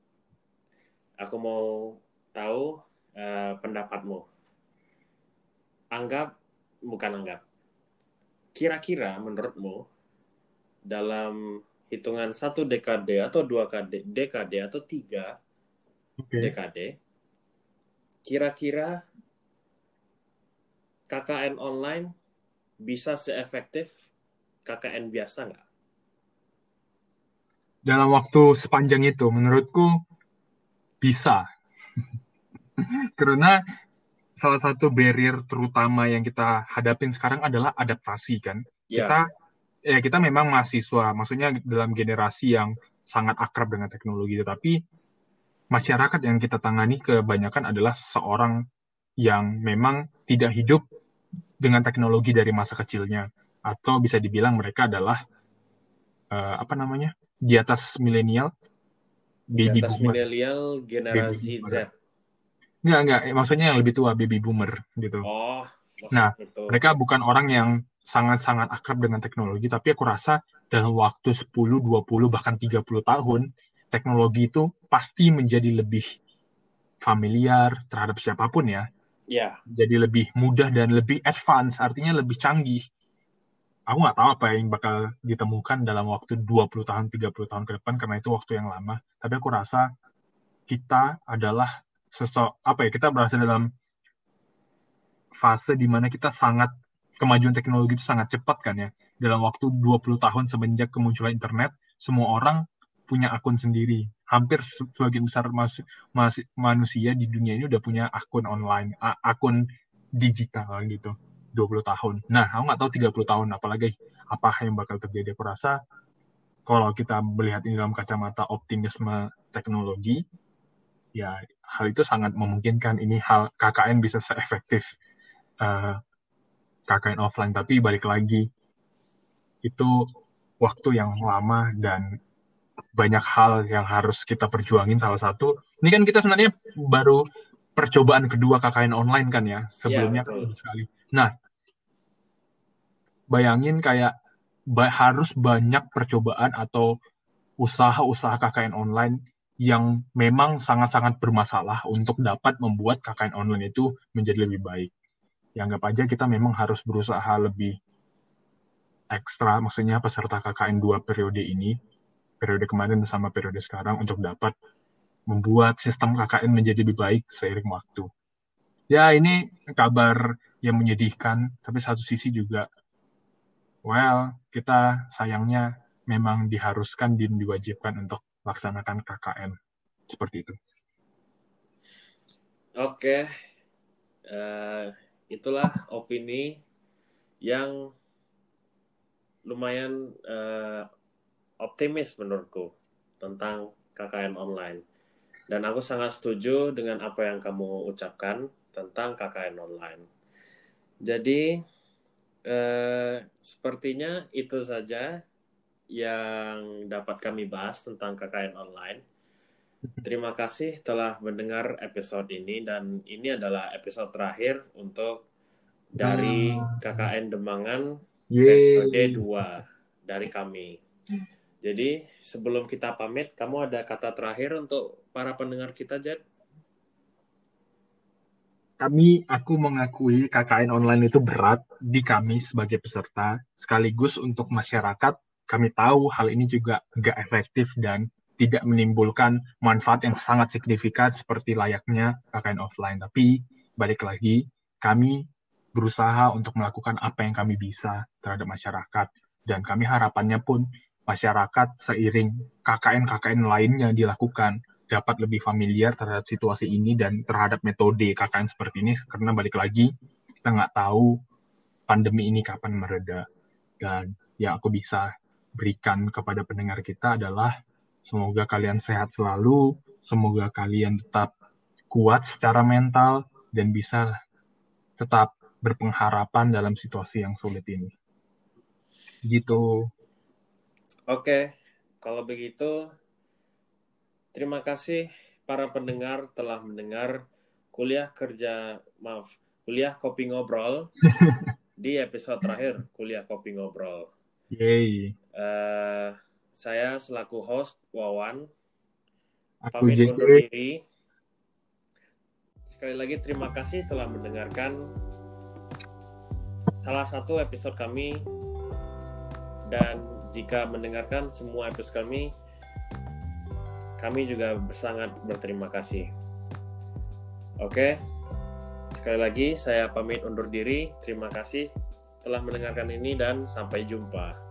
Aku mau tahu uh, pendapatmu. Anggap, bukan anggap. Kira-kira menurutmu dalam hitungan satu dekade atau dua dekade, dekade atau tiga Oke. dekade, kira-kira K K N online bisa seefektif K K N biasa nggak? Dalam waktu sepanjang itu, menurutku bisa. Karena salah satu barrier terutama yang kita hadapin sekarang adalah adaptasi kan. Ya, Kita ya kita memang mahasiswa, maksudnya dalam generasi yang sangat akrab dengan teknologi, tetapi masyarakat yang kita tangani kebanyakan adalah seorang yang memang tidak hidup dengan teknologi dari masa kecilnya, atau bisa dibilang mereka adalah uh, apa namanya di atas milenial, di baby atas boomer, milenial baby generasi boomer. Z. Nggak, nggak, maksudnya yang lebih tua, baby boomer gitu. Oh, Nah, maksud itu. mereka bukan orang yang sangat-sangat akrab dengan teknologi, tapi aku rasa dalam waktu sepuluh, dua puluh, bahkan tiga puluh tahun, teknologi itu pasti menjadi lebih familiar terhadap siapapun ya. Ya, Jadi lebih mudah dan lebih advance, artinya lebih canggih. Aku nggak tahu apa yang bakal ditemukan dalam waktu dua puluh tahun, tiga puluh tahun ke depan, karena itu waktu yang lama. Tapi aku rasa kita adalah sosok, apa ya, kita berada dalam fase di mana kita sangat, kemajuan teknologi itu sangat cepat kan ya. Dalam waktu dua puluh tahun semenjak kemunculan internet, semua orang punya akun sendiri. Hampir sebagian besar mas, mas, manusia di dunia ini udah punya akun online, a- akun digital gitu. Dua puluh tahun. Nah, aku nggak tahu tiga puluh tahun, apalagi apa yang bakal terjadi. Aku rasa kalau kita melihat ini dalam kacamata optimisme teknologi, ya hal itu sangat memungkinkan ini hal K K N bisa seefektif uh, K K N offline, tapi balik lagi itu waktu yang lama dan banyak hal yang harus kita perjuangin. Salah satu ini kan kita sebenarnya baru percobaan kedua K K N online kan ya, sebelumnya Ya, kan betul. udah sekali. Nah, bayangin kayak ba- harus banyak percobaan atau usaha-usaha K K N online yang memang sangat-sangat bermasalah untuk dapat membuat K K N online itu menjadi lebih baik. Ya, anggap aja kita memang harus berusaha lebih ekstra, maksudnya peserta K K N dua periode ini, periode kemarin sama periode sekarang, untuk dapat membuat sistem K K N menjadi lebih baik seiring waktu. Ya, ini kabar yang menyedihkan, tapi satu sisi juga, well, kita sayangnya memang diharuskan dan diwajibkan untuk melaksanakan K K N. Seperti itu. Oke, uh, itulah opini yang lumayan uh, optimis menurutku tentang K K N online. Dan aku sangat setuju dengan apa yang kamu ucapkan tentang K K N online. Jadi, eh, sepertinya itu saja yang dapat kami bahas tentang K K N online. Terima kasih telah mendengar episode ini, dan ini adalah episode terakhir untuk dari K K N Demangan periode Yeay. dua dari kami. Jadi, sebelum kita pamit, kamu ada kata terakhir untuk para pendengar kita, Jed? Kami, aku mengakui K K N online itu berat di kami sebagai peserta, sekaligus untuk masyarakat, kami tahu hal ini juga nggak efektif dan tidak menimbulkan manfaat yang sangat signifikan seperti layaknya K K N offline. Tapi, balik lagi, kami berusaha untuk melakukan apa yang kami bisa terhadap masyarakat, dan kami harapannya pun masyarakat seiring K K N-K K N lainnya dilakukan, dapat lebih familiar terhadap situasi ini dan terhadap metode K K N seperti ini, karena balik lagi, kita nggak tahu pandemi ini kapan mereda. Dan yang aku bisa berikan kepada pendengar kita adalah semoga kalian sehat selalu, semoga kalian tetap kuat secara mental, dan bisa tetap berpengharapan dalam situasi yang sulit ini. Gitu. Oke, kalau begitu, terima kasih para pendengar telah mendengar kuliah kerja, maaf, kuliah kopi ngobrol di episode terakhir kuliah kopi ngobrol. Yeay. Uh, saya selaku host Wawan, Aku pamit J J. undur diri. Sekali lagi terima kasih telah mendengarkan salah satu episode kami, dan jika mendengarkan semua episode kami, kami juga sangat berterima kasih. Oke, sekali lagi saya pamit undur diri. Terima kasih telah mendengarkan ini dan sampai jumpa.